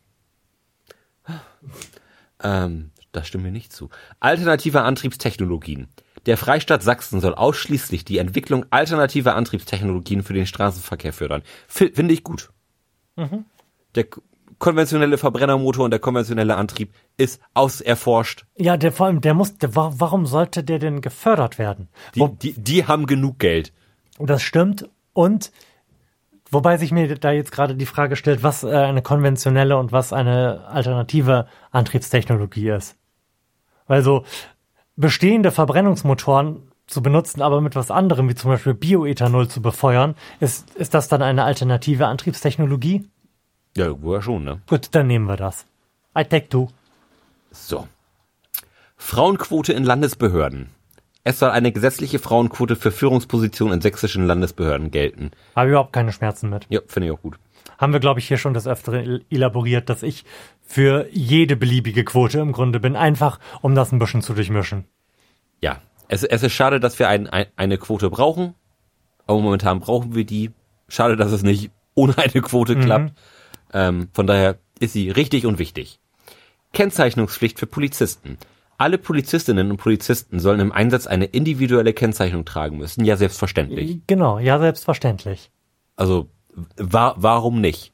Ähm, da stimmen wir nicht zu. Alternative Antriebstechnologien. Der Freistaat Sachsen soll ausschließlich die Entwicklung alternativer Antriebstechnologien für den Straßenverkehr fördern. F- Finde ich gut. Mhm. Der k- konventionelle Verbrennermotor und der konventionelle Antrieb ist auserforscht. Ja, der vor allem, der muss, der, wa- warum sollte der denn gefördert werden? Die, Wo, die, die haben genug Geld. das stimmt. Und wobei sich mir da jetzt gerade die Frage stellt, was äh, eine konventionelle und was eine alternative Antriebstechnologie ist. Weil so bestehende Verbrennungsmotoren zu benutzen, aber mit was anderem, wie zum Beispiel Bioethanol zu befeuern, ist, ist das dann eine alternative Antriebstechnologie? Ja, wohl schon, ne? Gut, dann nehmen wir das. I take two. So. Frauenquote in Landesbehörden. Es soll eine gesetzliche Frauenquote für Führungspositionen in sächsischen Landesbehörden gelten. Habe ich überhaupt keine Schmerzen mit. Ja, finde ich auch gut. Haben wir, glaube ich, hier schon des Öfteren elaboriert, dass ich für jede beliebige Quote im Grunde bin, einfach um das ein bisschen zu durchmischen. Ja, es, es ist schade, dass wir ein, ein, eine Quote brauchen, aber momentan brauchen wir die. Schade, dass es nicht ohne eine Quote klappt. Ähm, von daher ist sie richtig und wichtig. Kennzeichnungspflicht für Polizisten. Alle Polizistinnen und Polizisten sollen im Einsatz eine individuelle Kennzeichnung tragen müssen. Ja, selbstverständlich. Genau, ja, selbstverständlich. Also, wa warum nicht?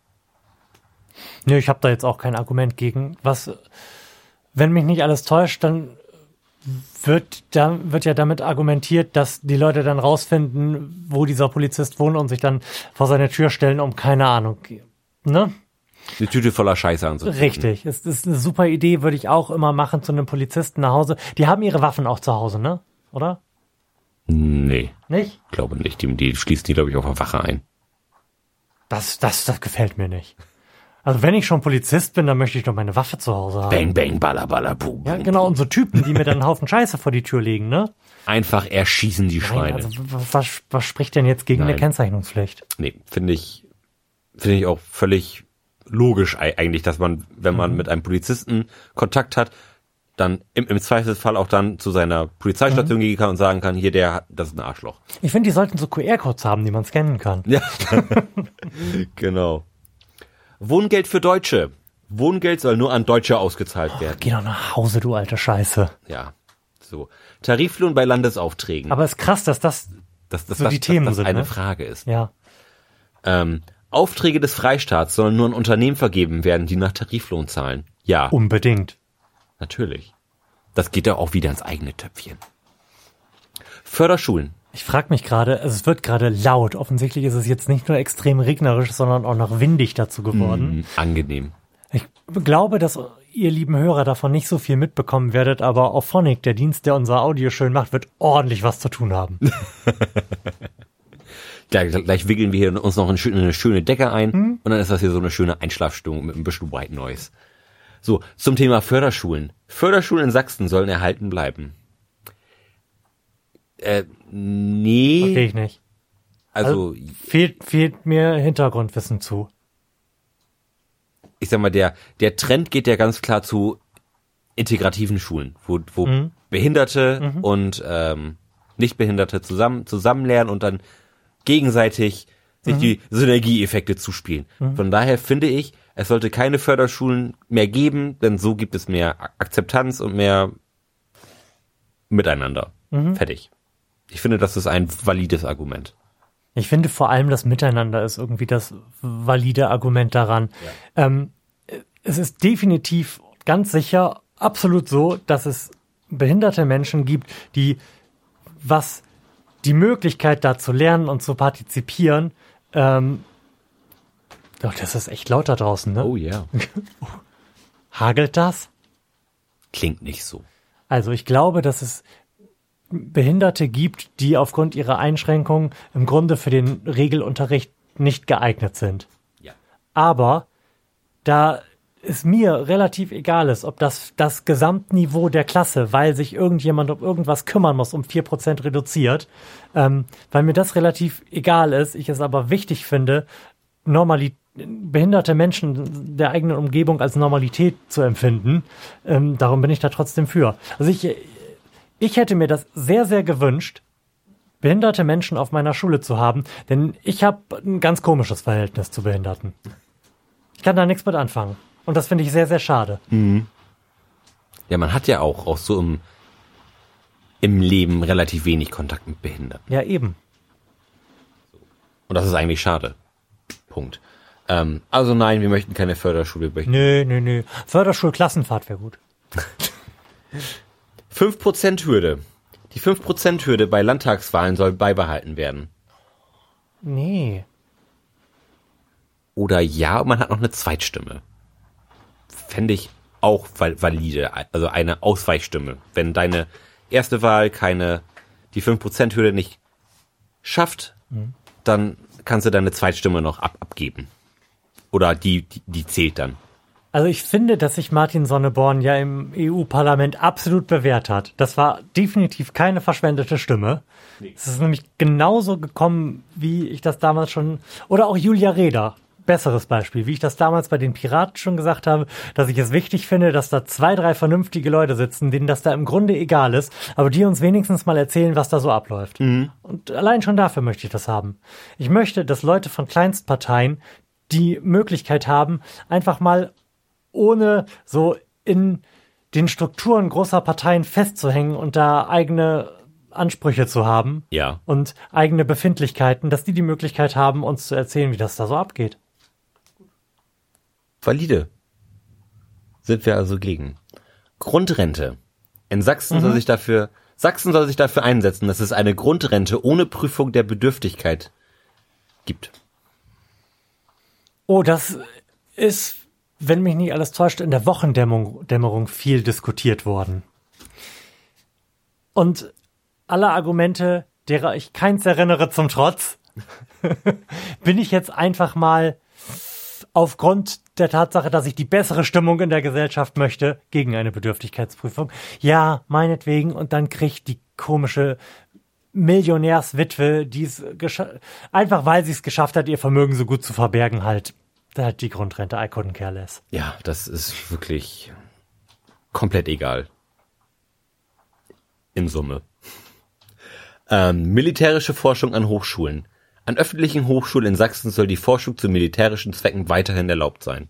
Nö, ich habe da jetzt auch kein Argument gegen. Was, wenn mich nicht alles täuscht, dann wird, da wird ja damit argumentiert, dass die Leute dann rausfinden, wo dieser Polizist wohnt und sich dann vor seine Tür stellen, um keine Ahnung, ne? Eine Tüte voller Scheiße anzuziehen. Richtig. Es ist eine super Idee, würde ich auch immer machen zu einem Polizisten nach Hause. Die haben ihre Waffen auch zu Hause, ne? Oder? Nee, Nicht? glaube nicht. Die, die schließen die, glaube ich, auf der Wache ein. Das, das, das gefällt mir nicht. Also wenn ich schon Polizist bin, dann möchte ich doch meine Waffe zu Hause haben. Bang, bang, baller, baller, boom. Ja, boom. genau. Und so Typen, die mir dann einen Haufen Scheiße vor die Tür legen, ne? Einfach erschießen die Nein, Schweine. also w- was, was spricht denn jetzt gegen Nein. eine Kennzeichnungspflicht? Nee, finde ich, finde ich auch völlig logisch ei- eigentlich, dass man, wenn man mit einem Polizisten Kontakt hat, dann im, im Zweifelsfall auch dann zu seiner Polizeistation gehen kann und sagen kann, hier, der, hat- das ist ein Arschloch. Ich finde, die sollten so Q R-Codes haben, die man scannen kann. Ja, genau. Wohngeld für Deutsche. Wohngeld soll nur an Deutsche ausgezahlt werden. Geh doch nach Hause, du alte Scheiße. Ja, so. Tariflohn bei Landesaufträgen. Aber es ist krass, dass das, dass das, so das, die Themen dass das sind, eine ne? Frage ist. ja. Ähm, Aufträge des Freistaats sollen nur an Unternehmen vergeben werden, die nach Tariflohn zahlen. Ja, Unbedingt. natürlich. Das geht ja auch wieder ins eigene Töpfchen. Förderschulen. Ich frage mich gerade, also es wird gerade laut. Offensichtlich ist es jetzt nicht nur extrem regnerisch, sondern auch noch windig dazu geworden. Hm, angenehm. Ich glaube, dass ihr lieben Hörer davon nicht so viel mitbekommen werdet, aber Auphonic, der Dienst, der unser Audio schön macht, wird ordentlich was zu tun haben. Gleich, gleich wickeln wir hier uns noch eine schöne, eine schöne Decke ein und dann ist das hier so eine schöne Einschlafstimmung mit ein bisschen White Noise. So, zum Thema Förderschulen. Förderschulen in Sachsen sollen erhalten bleiben. Äh, nee. Verstehe ich nicht. Also, Fehlt, fehlt mir Hintergrundwissen zu. ich sag mal, der, der Trend geht ja ganz klar zu integrativen Schulen, wo, wo mhm. Behinderte mhm. und ähm, Nichtbehinderte zusammen, zusammen lernen und dann gegenseitig sich mhm. die Synergieeffekte zuspielen. Mhm. Von daher finde ich, es sollte keine Förderschulen mehr geben, denn so gibt es mehr Akzeptanz und mehr Miteinander. Mhm. Fertig. Ich finde, das ist ein valides Argument. Ich finde vor allem das Miteinander ist irgendwie das valide Argument daran. Ja. Ähm, es ist definitiv ganz sicher absolut so, dass es behinderte Menschen gibt, die was die Möglichkeit da zu lernen und zu partizipieren. Ähm, oh, das ist echt laut da draußen, ne? Oh ja. Yeah. Hagelt das? Klingt nicht so. Also ich glaube, dass es Behinderte gibt, die aufgrund ihrer Einschränkungen im Grunde für den Regelunterricht nicht geeignet sind. Ja. Aber da es mir relativ egal ist, ob das das Gesamtniveau der Klasse, weil sich irgendjemand um irgendwas kümmern muss, um vier Prozent reduziert, ähm, weil mir das relativ egal ist, ich es aber wichtig finde, Normalität, behinderte Menschen der eigenen Umgebung als Normalität zu empfinden. Ähm, darum bin ich da trotzdem für. Also ich, ich hätte mir das sehr, sehr gewünscht, behinderte Menschen auf meiner Schule zu haben, denn ich habe ein ganz komisches Verhältnis zu Behinderten. Ich kann da nichts mit anfangen. Und das finde ich sehr, sehr schade. Mhm. Ja, man hat ja auch, auch so im, im Leben relativ wenig Kontakt mit Behinderten. Ja, eben. Und das ist eigentlich schade. Punkt. Ähm, also nein, wir möchten keine Förderschule. Nö, nö, nö. Förderschulklassenfahrt wäre gut. fünf Prozent Hürde. Die fünf Prozent Hürde bei Landtagswahlen soll beibehalten werden. Nee. Oder ja, man hat noch eine Zweitstimme. Fände ich auch valide, also eine Ausweichstimme. Wenn deine erste Wahl keine, die fünf Prozent Hürde nicht schafft, mhm. dann kannst du deine Zweitstimme noch ab, abgeben. Oder die, die, die zählt dann. Also ich finde, dass sich Martin Sonneborn ja im E U-Parlament absolut bewährt hat. Das war definitiv keine verschwendete Stimme. Nee. Es ist nämlich genauso gekommen, wie ich das damals schon, oder auch Julia Reda. Besseres Beispiel, wie ich das damals bei den Piraten schon gesagt habe, dass ich es wichtig finde, dass da zwei, drei vernünftige Leute sitzen, denen das da im Grunde egal ist, aber die uns wenigstens mal erzählen, was da so abläuft. Mhm. Und allein schon dafür möchte ich das haben. Ich möchte, dass Leute von Kleinstparteien die Möglichkeit haben, einfach mal ohne so in den Strukturen großer Parteien festzuhängen und da eigene Ansprüche zu haben. Ja. Und eigene Befindlichkeiten, dass die die Möglichkeit haben, uns zu erzählen, wie das da so abgeht. Valide. Sind wir also gegen. Grundrente. In Sachsen mhm. soll sich dafür, Sachsen soll sich dafür einsetzen, dass es eine Grundrente ohne Prüfung der Bedürftigkeit gibt. Oh, das ist, wenn mich nicht alles täuscht, in der Wochendämmerung Dämmerung viel diskutiert worden. Und alle Argumente, derer ich keins erinnere zum Trotz, bin ich jetzt einfach mal aufgrund der Tatsache, dass ich die bessere Stimmung in der Gesellschaft möchte, gegen eine Bedürftigkeitsprüfung. Ja, meinetwegen. Und dann kriegt die komische Millionärswitwe, die es gescha- einfach weil sie es geschafft hat, ihr Vermögen so gut zu verbergen, halt, halt die Grundrente. I couldn't care less. Ja, das ist wirklich komplett egal. In Summe. Ähm, militärische Forschung an Hochschulen. An öffentlichen Hochschulen in Sachsen soll die Forschung zu militärischen Zwecken weiterhin erlaubt sein.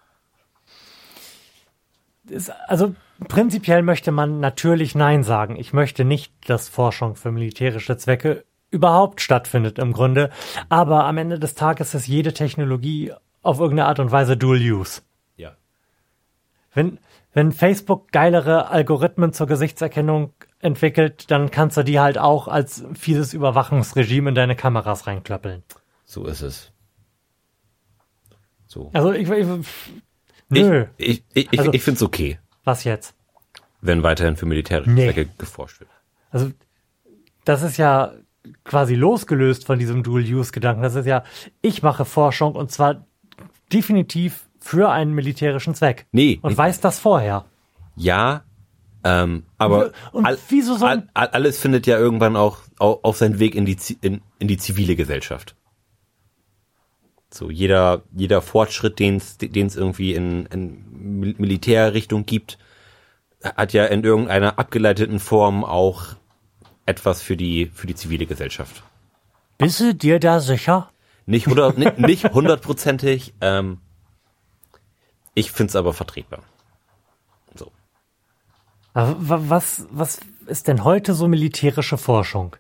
Also prinzipiell möchte man natürlich Nein sagen. Ich möchte nicht, dass Forschung für militärische Zwecke überhaupt stattfindet im Grunde. Aber am Ende des Tages ist jede Technologie auf irgendeine Art und Weise Dual Use. Ja. Wenn, wenn Facebook geilere Algorithmen zur Gesichtserkennung entwickelt, dann kannst du die halt auch als fieses Überwachungsregime in deine Kameras reinklöppeln. So ist es. So. Also ich, ich nö. Ich, ich, ich, also, ich finde es okay. Was jetzt? Wenn weiterhin für militärische nee. Zwecke geforscht wird. Also das ist ja quasi losgelöst von diesem Dual-Use-Gedanken. Das ist ja, ich mache Forschung und zwar definitiv für einen militärischen Zweck. Nee. Und weiß das vorher. Ja, ähm, aber und all, wieso soll all, all, alles findet ja irgendwann auch, auch auf seinen Weg in die, in, in die zivile Gesellschaft. So jeder jeder Fortschritt, den es den es irgendwie in, in Militärrichtung gibt, hat ja in irgendeiner abgeleiteten Form auch etwas für die für die zivile Gesellschaft. Bist du dir da sicher? Nicht hundert, nicht, nicht hundertprozentig. Ähm, ich find's aber vertretbar. So. Aber was was ist denn heute so militärische Forschung?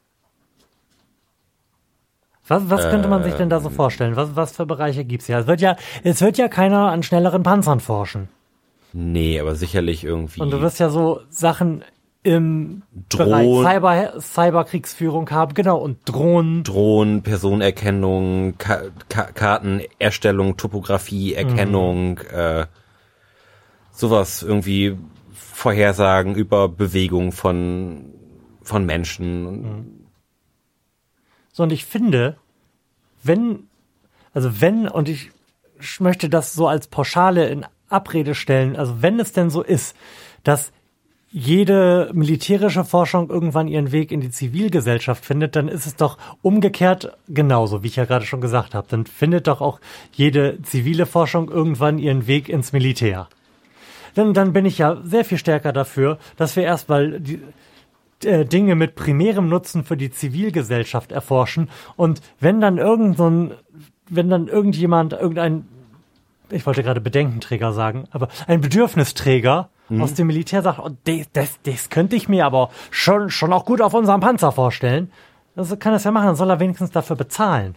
Was, was könnte man sich denn da so vorstellen? Was, was für Bereiche gibt's hier? Es wird ja, es wird ja keiner an schnelleren Panzern forschen. Nee, aber sicherlich irgendwie. Und du wirst ja so Sachen im Drohnen, Bereich Cyber, Cyberkriegsführung haben, genau, und Drohnen. Drohnen, Personenerkennung, Ka- Ka- Kartenerstellung, Topografie, Erkennung, mhm. äh, sowas irgendwie Vorhersagen über Bewegung von, von Menschen. Mhm. So, und ich finde, wenn, also wenn, und ich möchte das so als Pauschale in Abrede stellen, also wenn es denn so ist, dass jede militärische Forschung irgendwann ihren Weg in die Zivilgesellschaft findet, dann ist es doch umgekehrt genauso, wie ich ja gerade schon gesagt habe. Dann findet doch auch jede zivile Forschung irgendwann ihren Weg ins Militär. Dann, dann bin ich ja sehr viel stärker dafür, dass wir erstmal die Dinge mit primärem Nutzen für die Zivilgesellschaft erforschen und wenn dann irgend so ein, wenn dann irgendjemand, irgendein, ich wollte gerade Bedenkenträger sagen, aber ein Bedürfnisträger mhm. aus dem Militär sagt, oh, das, das, das könnte ich mir aber schon, schon auch gut auf unserem Panzer vorstellen, das kann das ja machen, dann soll er wenigstens dafür bezahlen.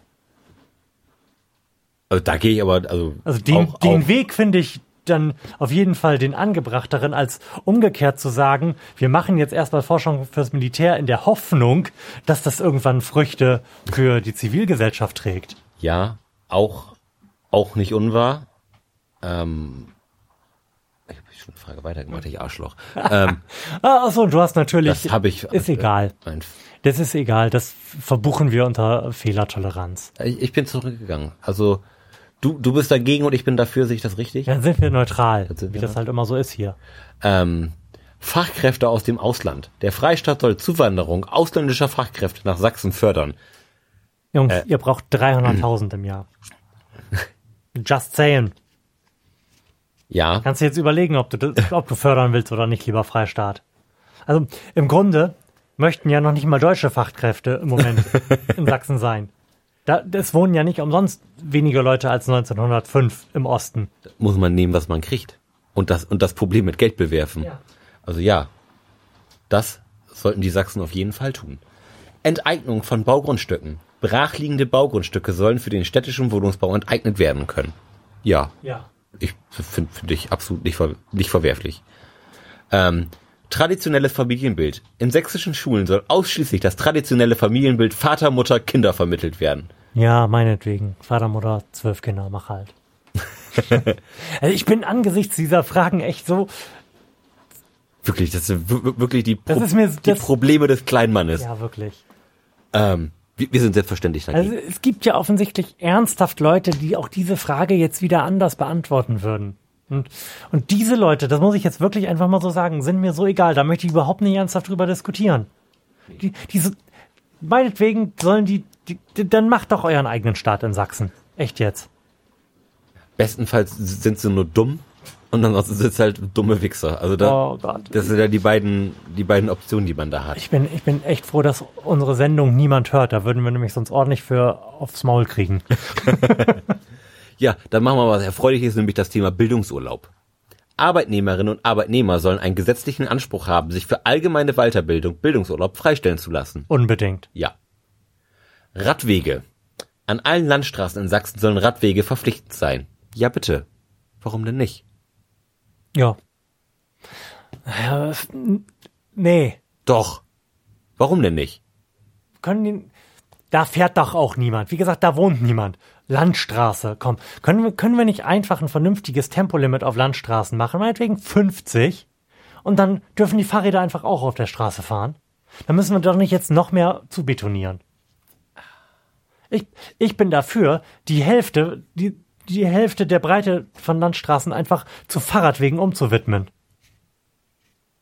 Also da gehe ich aber, also, also den, auch, den auch Weg finde ich dann auf jeden Fall den angebrachteren, als umgekehrt zu sagen, wir machen jetzt erstmal Forschung fürs Militär in der Hoffnung, dass das irgendwann Früchte für die Zivilgesellschaft trägt. Ja, auch, auch nicht unwahr. Ähm, ich habe schon eine Frage weitergemacht, ich Arschloch. ähm, ah, achso, du hast natürlich, das habe ich, ist egal. Äh, das ist egal, das verbuchen wir unter Fehlertoleranz. Ich, ich bin zurückgegangen, also Du, du bist dagegen und ich bin dafür, sehe ich das richtig? Dann sind wir neutral, sind wir wie das halt immer so ist hier. Ähm, Fachkräfte aus dem Ausland. Der Freistaat soll Zuwanderung ausländischer Fachkräfte nach Sachsen fördern. Jungs, äh, ihr braucht dreihunderttausend im Jahr. Just saying. Ja. Kannst du jetzt überlegen, ob du, das, ob du fördern willst oder nicht, lieber Freistaat. Also im Grunde möchten ja noch nicht mal deutsche Fachkräfte im Moment in Sachsen sein. Da, es wohnen ja nicht umsonst weniger Leute als neunzehnhundertfünf im Osten. Da muss man nehmen, was man kriegt. Und das, und das Problem mit Geld bewerfen. Ja. Also ja, das sollten die Sachsen auf jeden Fall tun. Enteignung von Baugrundstücken. Brachliegende Baugrundstücke sollen für den städtischen Wohnungsbau enteignet werden können. Ja. Ja. Ich finde find ich absolut nicht, ver, nicht verwerflich. Ähm, traditionelles Familienbild. In sächsischen Schulen soll ausschließlich das traditionelle Familienbild Vater, Mutter, Kinder vermittelt werden. Ja, meinetwegen. Vater, Mutter, zwölf Kinder, mach halt. Also ich bin angesichts dieser Fragen echt so... Wirklich, das sind wirklich die, Pro- das ist mir, die das, Probleme des Kleinmannes. Ja, wirklich. Ähm, wir, wir sind selbstverständlich dagegen. Also es gibt ja offensichtlich ernsthaft Leute, die auch diese Frage jetzt wieder anders beantworten würden. Und, und diese Leute, das muss ich jetzt wirklich einfach mal so sagen, sind mir so egal. Da möchte ich überhaupt nicht ernsthaft drüber diskutieren. Die, diese, meinetwegen sollen die, die, die, dann macht doch euren eigenen Staat in Sachsen. Echt jetzt. Bestenfalls sind sie nur dumm und dann sind es halt dumme Wichser. Also da, oh Gott. Das sind ja die beiden, die beiden Optionen, die man da hat. Ich bin, ich bin echt froh, dass unsere Sendung niemand hört. Da würden wir nämlich sonst ordentlich für aufs Maul kriegen. Ja, dann machen wir was Erfreuliches, nämlich das Thema Bildungsurlaub. Arbeitnehmerinnen und Arbeitnehmer sollen einen gesetzlichen Anspruch haben, sich für allgemeine Weiterbildung, Bildungsurlaub freistellen zu lassen. Unbedingt. Ja. Radwege. An allen Landstraßen in Sachsen sollen Radwege verpflichtend sein. Ja, bitte. Warum denn nicht? Ja. ja nee. Doch. Warum denn nicht? Können die, da fährt doch auch niemand. Wie gesagt, da wohnt niemand. Landstraße, komm. Können wir, können wir nicht einfach ein vernünftiges Tempolimit auf Landstraßen machen? Meinetwegen fünfzig. Und dann dürfen die Fahrräder einfach auch auf der Straße fahren. Dann müssen wir doch nicht jetzt noch mehr zubetonieren. Ich, ich bin dafür, die Hälfte, die, die Hälfte der Breite von Landstraßen einfach zu Fahrradwegen umzuwidmen.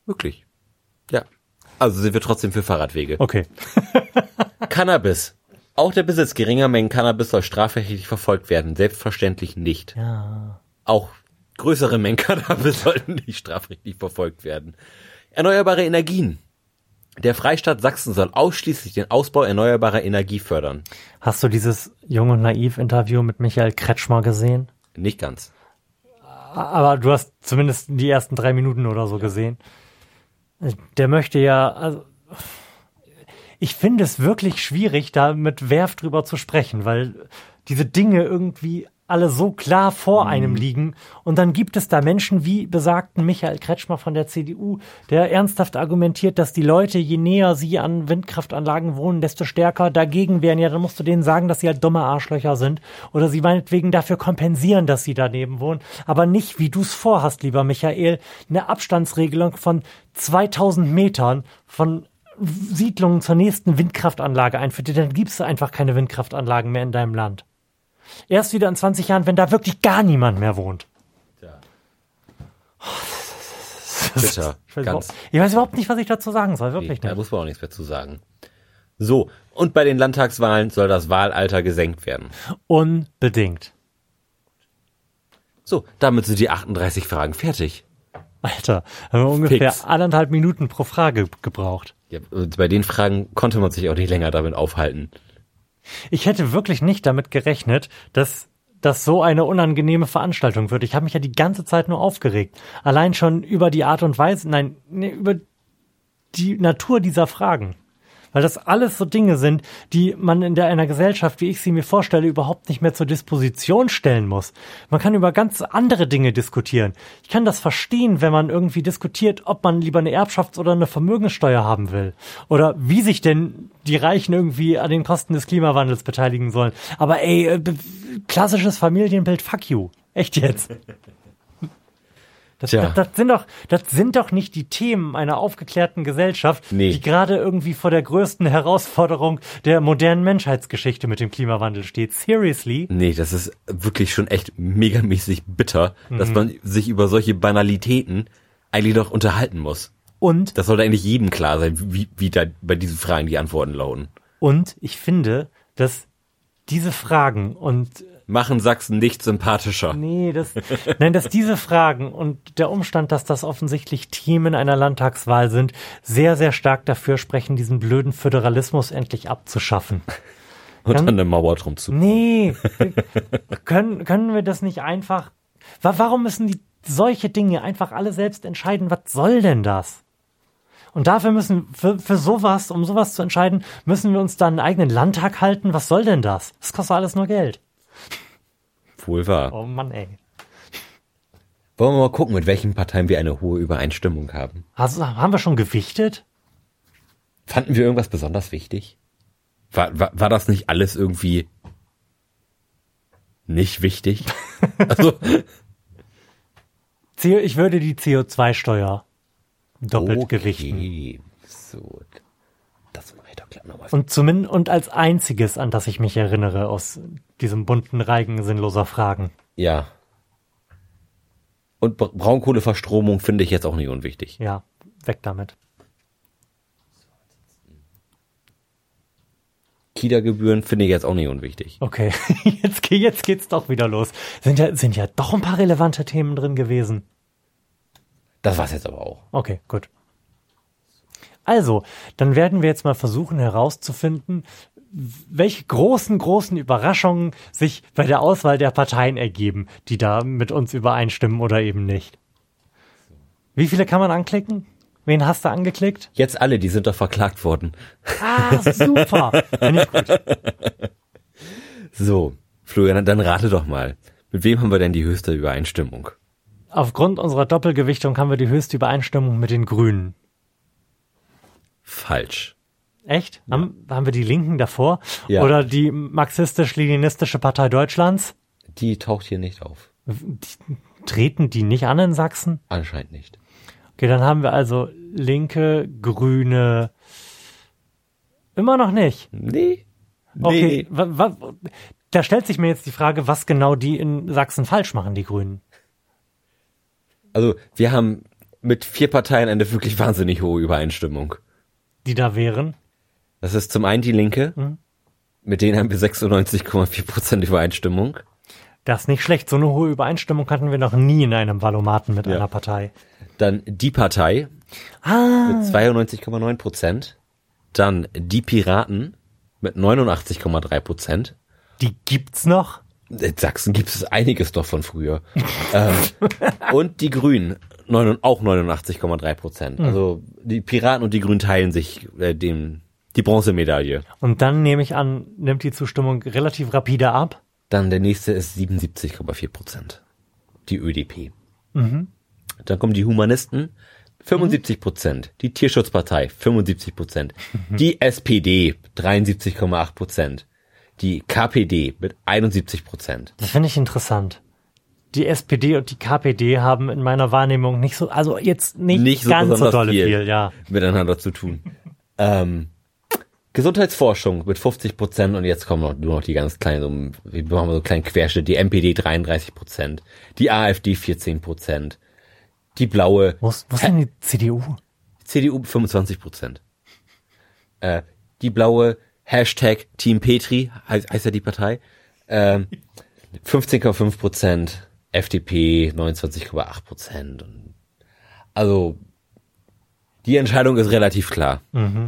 Wirklich? Ja. Also sind wir trotzdem für Fahrradwege. Okay. Cannabis. Auch der Besitz geringer Mengen Cannabis soll strafrechtlich verfolgt werden. Selbstverständlich nicht. Ja. Auch größere Mengen Cannabis sollten nicht strafrechtlich verfolgt werden. Erneuerbare Energien. Der Freistaat Sachsen soll ausschließlich den Ausbau erneuerbarer Energie fördern. Hast du dieses Jung und Naiv-Interview mit Michael Kretschmer gesehen? Nicht ganz. Aber du hast zumindest die ersten drei Minuten oder so gesehen. Der möchte ja, also ich finde es wirklich schwierig, da mit Werf drüber zu sprechen, weil diese Dinge irgendwie alle so klar vor einem liegen. Und dann gibt es da Menschen wie besagten Michael Kretschmer von der C D U, der ernsthaft argumentiert, dass die Leute, je näher sie an Windkraftanlagen wohnen, desto stärker dagegen wären. Ja, dann musst du denen sagen, dass sie halt dumme Arschlöcher sind. Oder sie meinetwegen dafür kompensieren, dass sie daneben wohnen. Aber nicht, wie du es vorhast, lieber Michael, eine Abstandsregelung von zweitausend Metern von Siedlungen zur nächsten Windkraftanlage einführt. Dann gibt es einfach keine Windkraftanlagen mehr in deinem Land. Erst wieder in zwanzig Jahren, wenn da wirklich gar niemand mehr wohnt. Ja. Bitter. Ich weiß, Ganz. ich weiß überhaupt nicht, was ich dazu sagen soll. Wirklich nee, nicht. Da muss man auch nichts mehr zu sagen. So, und bei den Landtagswahlen soll das Wahlalter gesenkt werden. Unbedingt. So, damit sind die achtunddreißig Fragen fertig. Alter, haben wir ungefähr Fix. anderthalb Minuten pro Frage gebraucht. Ja, und bei den Fragen konnte man sich auch nicht länger damit aufhalten. Ich hätte wirklich nicht damit gerechnet, dass das so eine unangenehme Veranstaltung wird. Ich habe mich ja die ganze Zeit nur aufgeregt. Allein schon über die Art und Weise, nein, nee, über die Natur dieser Fragen. Weil das alles so Dinge sind, die man in der einer Gesellschaft, wie ich sie mir vorstelle, überhaupt nicht mehr zur Disposition stellen muss. Man kann über ganz andere Dinge diskutieren. Ich kann das verstehen, wenn man irgendwie diskutiert, ob man lieber eine Erbschafts- oder eine Vermögenssteuer haben will. Oder wie sich denn die Reichen irgendwie an den Kosten des Klimawandels beteiligen sollen. Aber ey, klassisches Familienbild, fuck you. Echt jetzt. Das, das, das, sind doch, das sind doch nicht die Themen einer aufgeklärten Gesellschaft, nee. die gerade irgendwie vor der größten Herausforderung der modernen Menschheitsgeschichte mit dem Klimawandel steht. Seriously? Nee, das ist wirklich schon echt megamäßig bitter, mhm. dass man sich über solche Banalitäten eigentlich doch unterhalten muss. Und? Das sollte eigentlich jedem klar sein, wie, wie da bei diesen Fragen die Antworten lauten. Und ich finde, dass diese Fragen und machen Sachsen nicht sympathischer. Nee, das, nein, dass diese Fragen und der Umstand, dass das offensichtlich Themen einer Landtagswahl sind, sehr, sehr stark dafür sprechen, diesen blöden Föderalismus endlich abzuschaffen. Und dann eine Mauer drum zu. Nee, können, können wir das nicht einfach, warum müssen die solche Dinge einfach alle selbst entscheiden? Was soll denn das? Und dafür müssen, für, für sowas, um sowas zu entscheiden, müssen wir uns dann einen eigenen Landtag halten? Was soll denn das? Das kostet alles nur Geld. Wohl wahr. Oh Mann, ey. Wollen wir mal gucken, mit welchen Parteien wir eine hohe Übereinstimmung haben? Also, haben wir schon gewichtet? Fanden wir irgendwas besonders wichtig? War, war, war das nicht alles irgendwie nicht wichtig? Also ich würde die C O zwei Steuer doppelt okay. gewichten. So, das mache ich doch gleich nochmal. Und zumindest und als einziges, an das ich mich erinnere aus diesem bunten Reigen sinnloser Fragen. Ja. Und Braunkohleverstromung finde ich jetzt auch nicht unwichtig. Ja, weg damit. Kita-Gebühren finde ich jetzt auch nicht unwichtig. Okay, jetzt, jetzt geht's doch wieder los. Sind ja, sind ja doch ein paar relevante Themen drin gewesen. Das war's jetzt aber auch. Okay, gut. Also, dann werden wir jetzt mal versuchen herauszufinden, welche großen, großen Überraschungen sich bei der Auswahl der Parteien ergeben, die da mit uns übereinstimmen oder eben nicht. Wie viele kann man anklicken? Wen hast du angeklickt? Jetzt alle, die sind doch verklagt worden. Ah, super. Finde ich gut. So, Florian, dann rate doch mal. Mit wem haben wir denn die höchste Übereinstimmung? Aufgrund unserer Doppelgewichtung haben wir die höchste Übereinstimmung mit den Grünen. Falsch. Echt? Ja. Haben, haben wir die Linken davor? Ja. Oder die marxistisch-leninistische Partei Deutschlands? Die taucht hier nicht auf. Die, treten die nicht an in Sachsen? Anscheinend nicht. Okay, dann haben wir also Linke, Grüne. Immer noch nicht? Nee. Okay, nee. wa, wa, da stellt sich mir jetzt die Frage, was genau die in Sachsen falsch machen, die Grünen. Also, wir haben mit vier Parteien eine wirklich wahnsinnig hohe Übereinstimmung. Die da wären? Das ist zum einen die Linke, mhm. Mit denen haben wir sechsundneunzig Komma vier Prozent Übereinstimmung. Das ist nicht schlecht. So eine hohe Übereinstimmung hatten wir noch nie in einem Valomaten mit Ja. einer Partei. Dann die Partei Ah, mit zweiundneunzig Komma neun Prozent. Dann die Piraten mit neunundachtzig Komma drei Prozent. die gibt's noch? In Sachsen gibt es einiges doch von früher. ähm, und die Grünen, neun, auch neunundachtzig Komma drei Prozent. Hm. Also die Piraten und die Grünen teilen sich äh, dem, die Bronzemedaille. Und dann nehme ich an, nimmt die Zustimmung relativ rapide ab. Dann der nächste ist siebenundsiebzig Komma vier Prozent. Die Ö D P. Mhm. Dann kommen die Humanisten, fünfundsiebzig Prozent. Die Tierschutzpartei, fünfundsiebzig Prozent. Die S P D, dreiundsiebzig Komma acht Prozent. Die K P D mit einundsiebzig Prozent. Das finde ich interessant. Die S P D und die K P D haben in meiner Wahrnehmung nicht so, also jetzt nicht, Nicht so ganz so besonders dolle viel, viel. ja. Miteinander zu tun. ähm, Gesundheitsforschung mit fünfzig Prozent und jetzt kommen noch, nur noch die ganz kleinen, so, wir machen so einen kleinen Querschnitt. Die M P D dreiunddreißig Prozent. Die A f D vierzehn Prozent. Die blaue Wo ist, wo ist denn die C D U? C D U fünfundzwanzig Prozent. Äh, die blaue Hashtag Team Petri, heißt, heißt ja die Partei, ähm, fünfzehn Komma fünf Prozent, F D P neunundzwanzig Komma acht Prozent. Also die Entscheidung ist relativ klar. Mhm.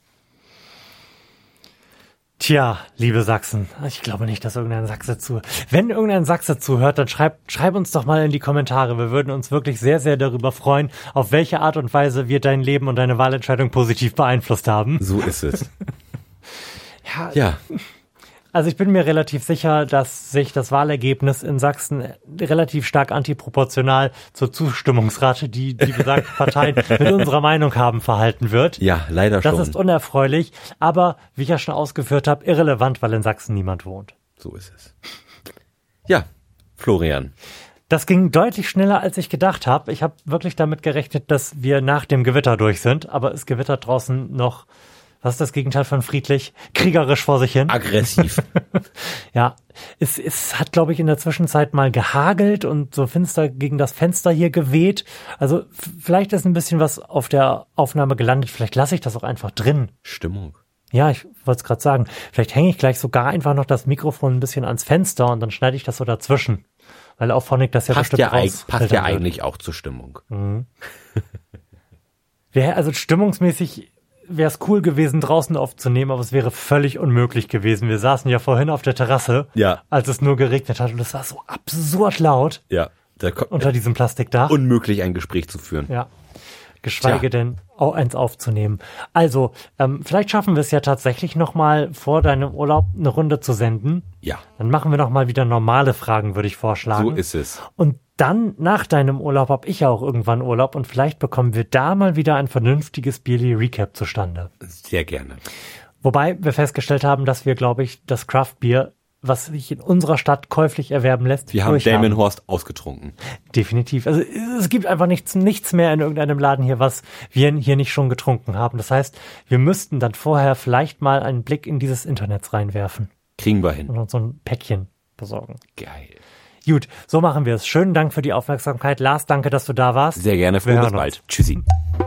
Tja, liebe Sachsen, ich glaube nicht, dass irgendein Sachse zu. Wenn irgendein Sachse zuhört, dann schreib, schreib uns doch mal in die Kommentare. Wir würden uns wirklich sehr, sehr darüber freuen, auf welche Art und Weise wir dein Leben und deine Wahlentscheidung positiv beeinflusst haben. So ist es. Ja, Ja, also ich bin mir relativ sicher, dass sich das Wahlergebnis in Sachsen relativ stark antiproportional zur Zustimmungsrate, die die besagten Parteien mit unserer Meinung haben, verhalten wird. ja, leider Das schon. ist unerfreulich, aber wie ich ja schon ausgeführt habe, irrelevant, weil in Sachsen niemand wohnt. So ist es. Ja, Florian. Das ging deutlich schneller, als ich gedacht habe. Ich habe wirklich damit gerechnet, dass wir nach dem Gewitter durch sind, aber es gewittert draußen noch, was ist das Gegenteil von friedlich? Kriegerisch vor sich hin. Aggressiv. Ja, es, es hat, glaube ich, in der Zwischenzeit mal gehagelt und so finster gegen das Fenster hier geweht. Also f- vielleicht ist ein bisschen was auf der Aufnahme gelandet. Vielleicht lasse ich das auch einfach drin. Stimmung. Ja, ich wollte es gerade sagen. Vielleicht hänge ich gleich sogar einfach noch das Mikrofon ein bisschen ans Fenster und dann schneide ich das so dazwischen. Weil auch Phonic das ja Passt bestimmt ja, eig- rausfiltern passt ja wird. eigentlich auch zur Stimmung. Wäre also stimmungsmäßig wäre es cool gewesen, draußen aufzunehmen, aber es wäre völlig unmöglich gewesen. Wir saßen ja vorhin auf der Terrasse, Ja. als es nur geregnet hat und es war so absurd laut Ja, da kommt unter diesem Plastikdach. unmöglich ein Gespräch zu führen. Ja. Geschweige Tja. denn, auch eins aufzunehmen. Also, ähm, vielleicht schaffen wir es ja tatsächlich nochmal vor deinem Urlaub eine Runde zu senden. Ja, Dann machen wir nochmal wieder normale Fragen, würde ich vorschlagen. so ist es. Und dann, nach deinem Urlaub, habe ich ja auch irgendwann Urlaub und vielleicht bekommen wir da mal wieder ein vernünftiges Bierly-Recap zustande. Sehr gerne. Wobei wir festgestellt haben, dass wir, glaube ich, das Craft-Bier, was sich in unserer Stadt käuflich erwerben lässt, Wir haben durch Delmenhorst ausgetrunken. Definitiv. Also es gibt einfach nichts, nichts mehr in irgendeinem Laden hier, was wir hier nicht schon getrunken haben. Das heißt, wir müssten dann vorher vielleicht mal einen Blick in dieses Internet reinwerfen Kriegen wir hin. und uns so ein Päckchen besorgen. Geil. Gut, so machen wir es. Schönen Dank für die Aufmerksamkeit. Lars, danke, dass du da warst. Sehr gerne. Wir Froh, bis hören uns. bald. Tschüssi.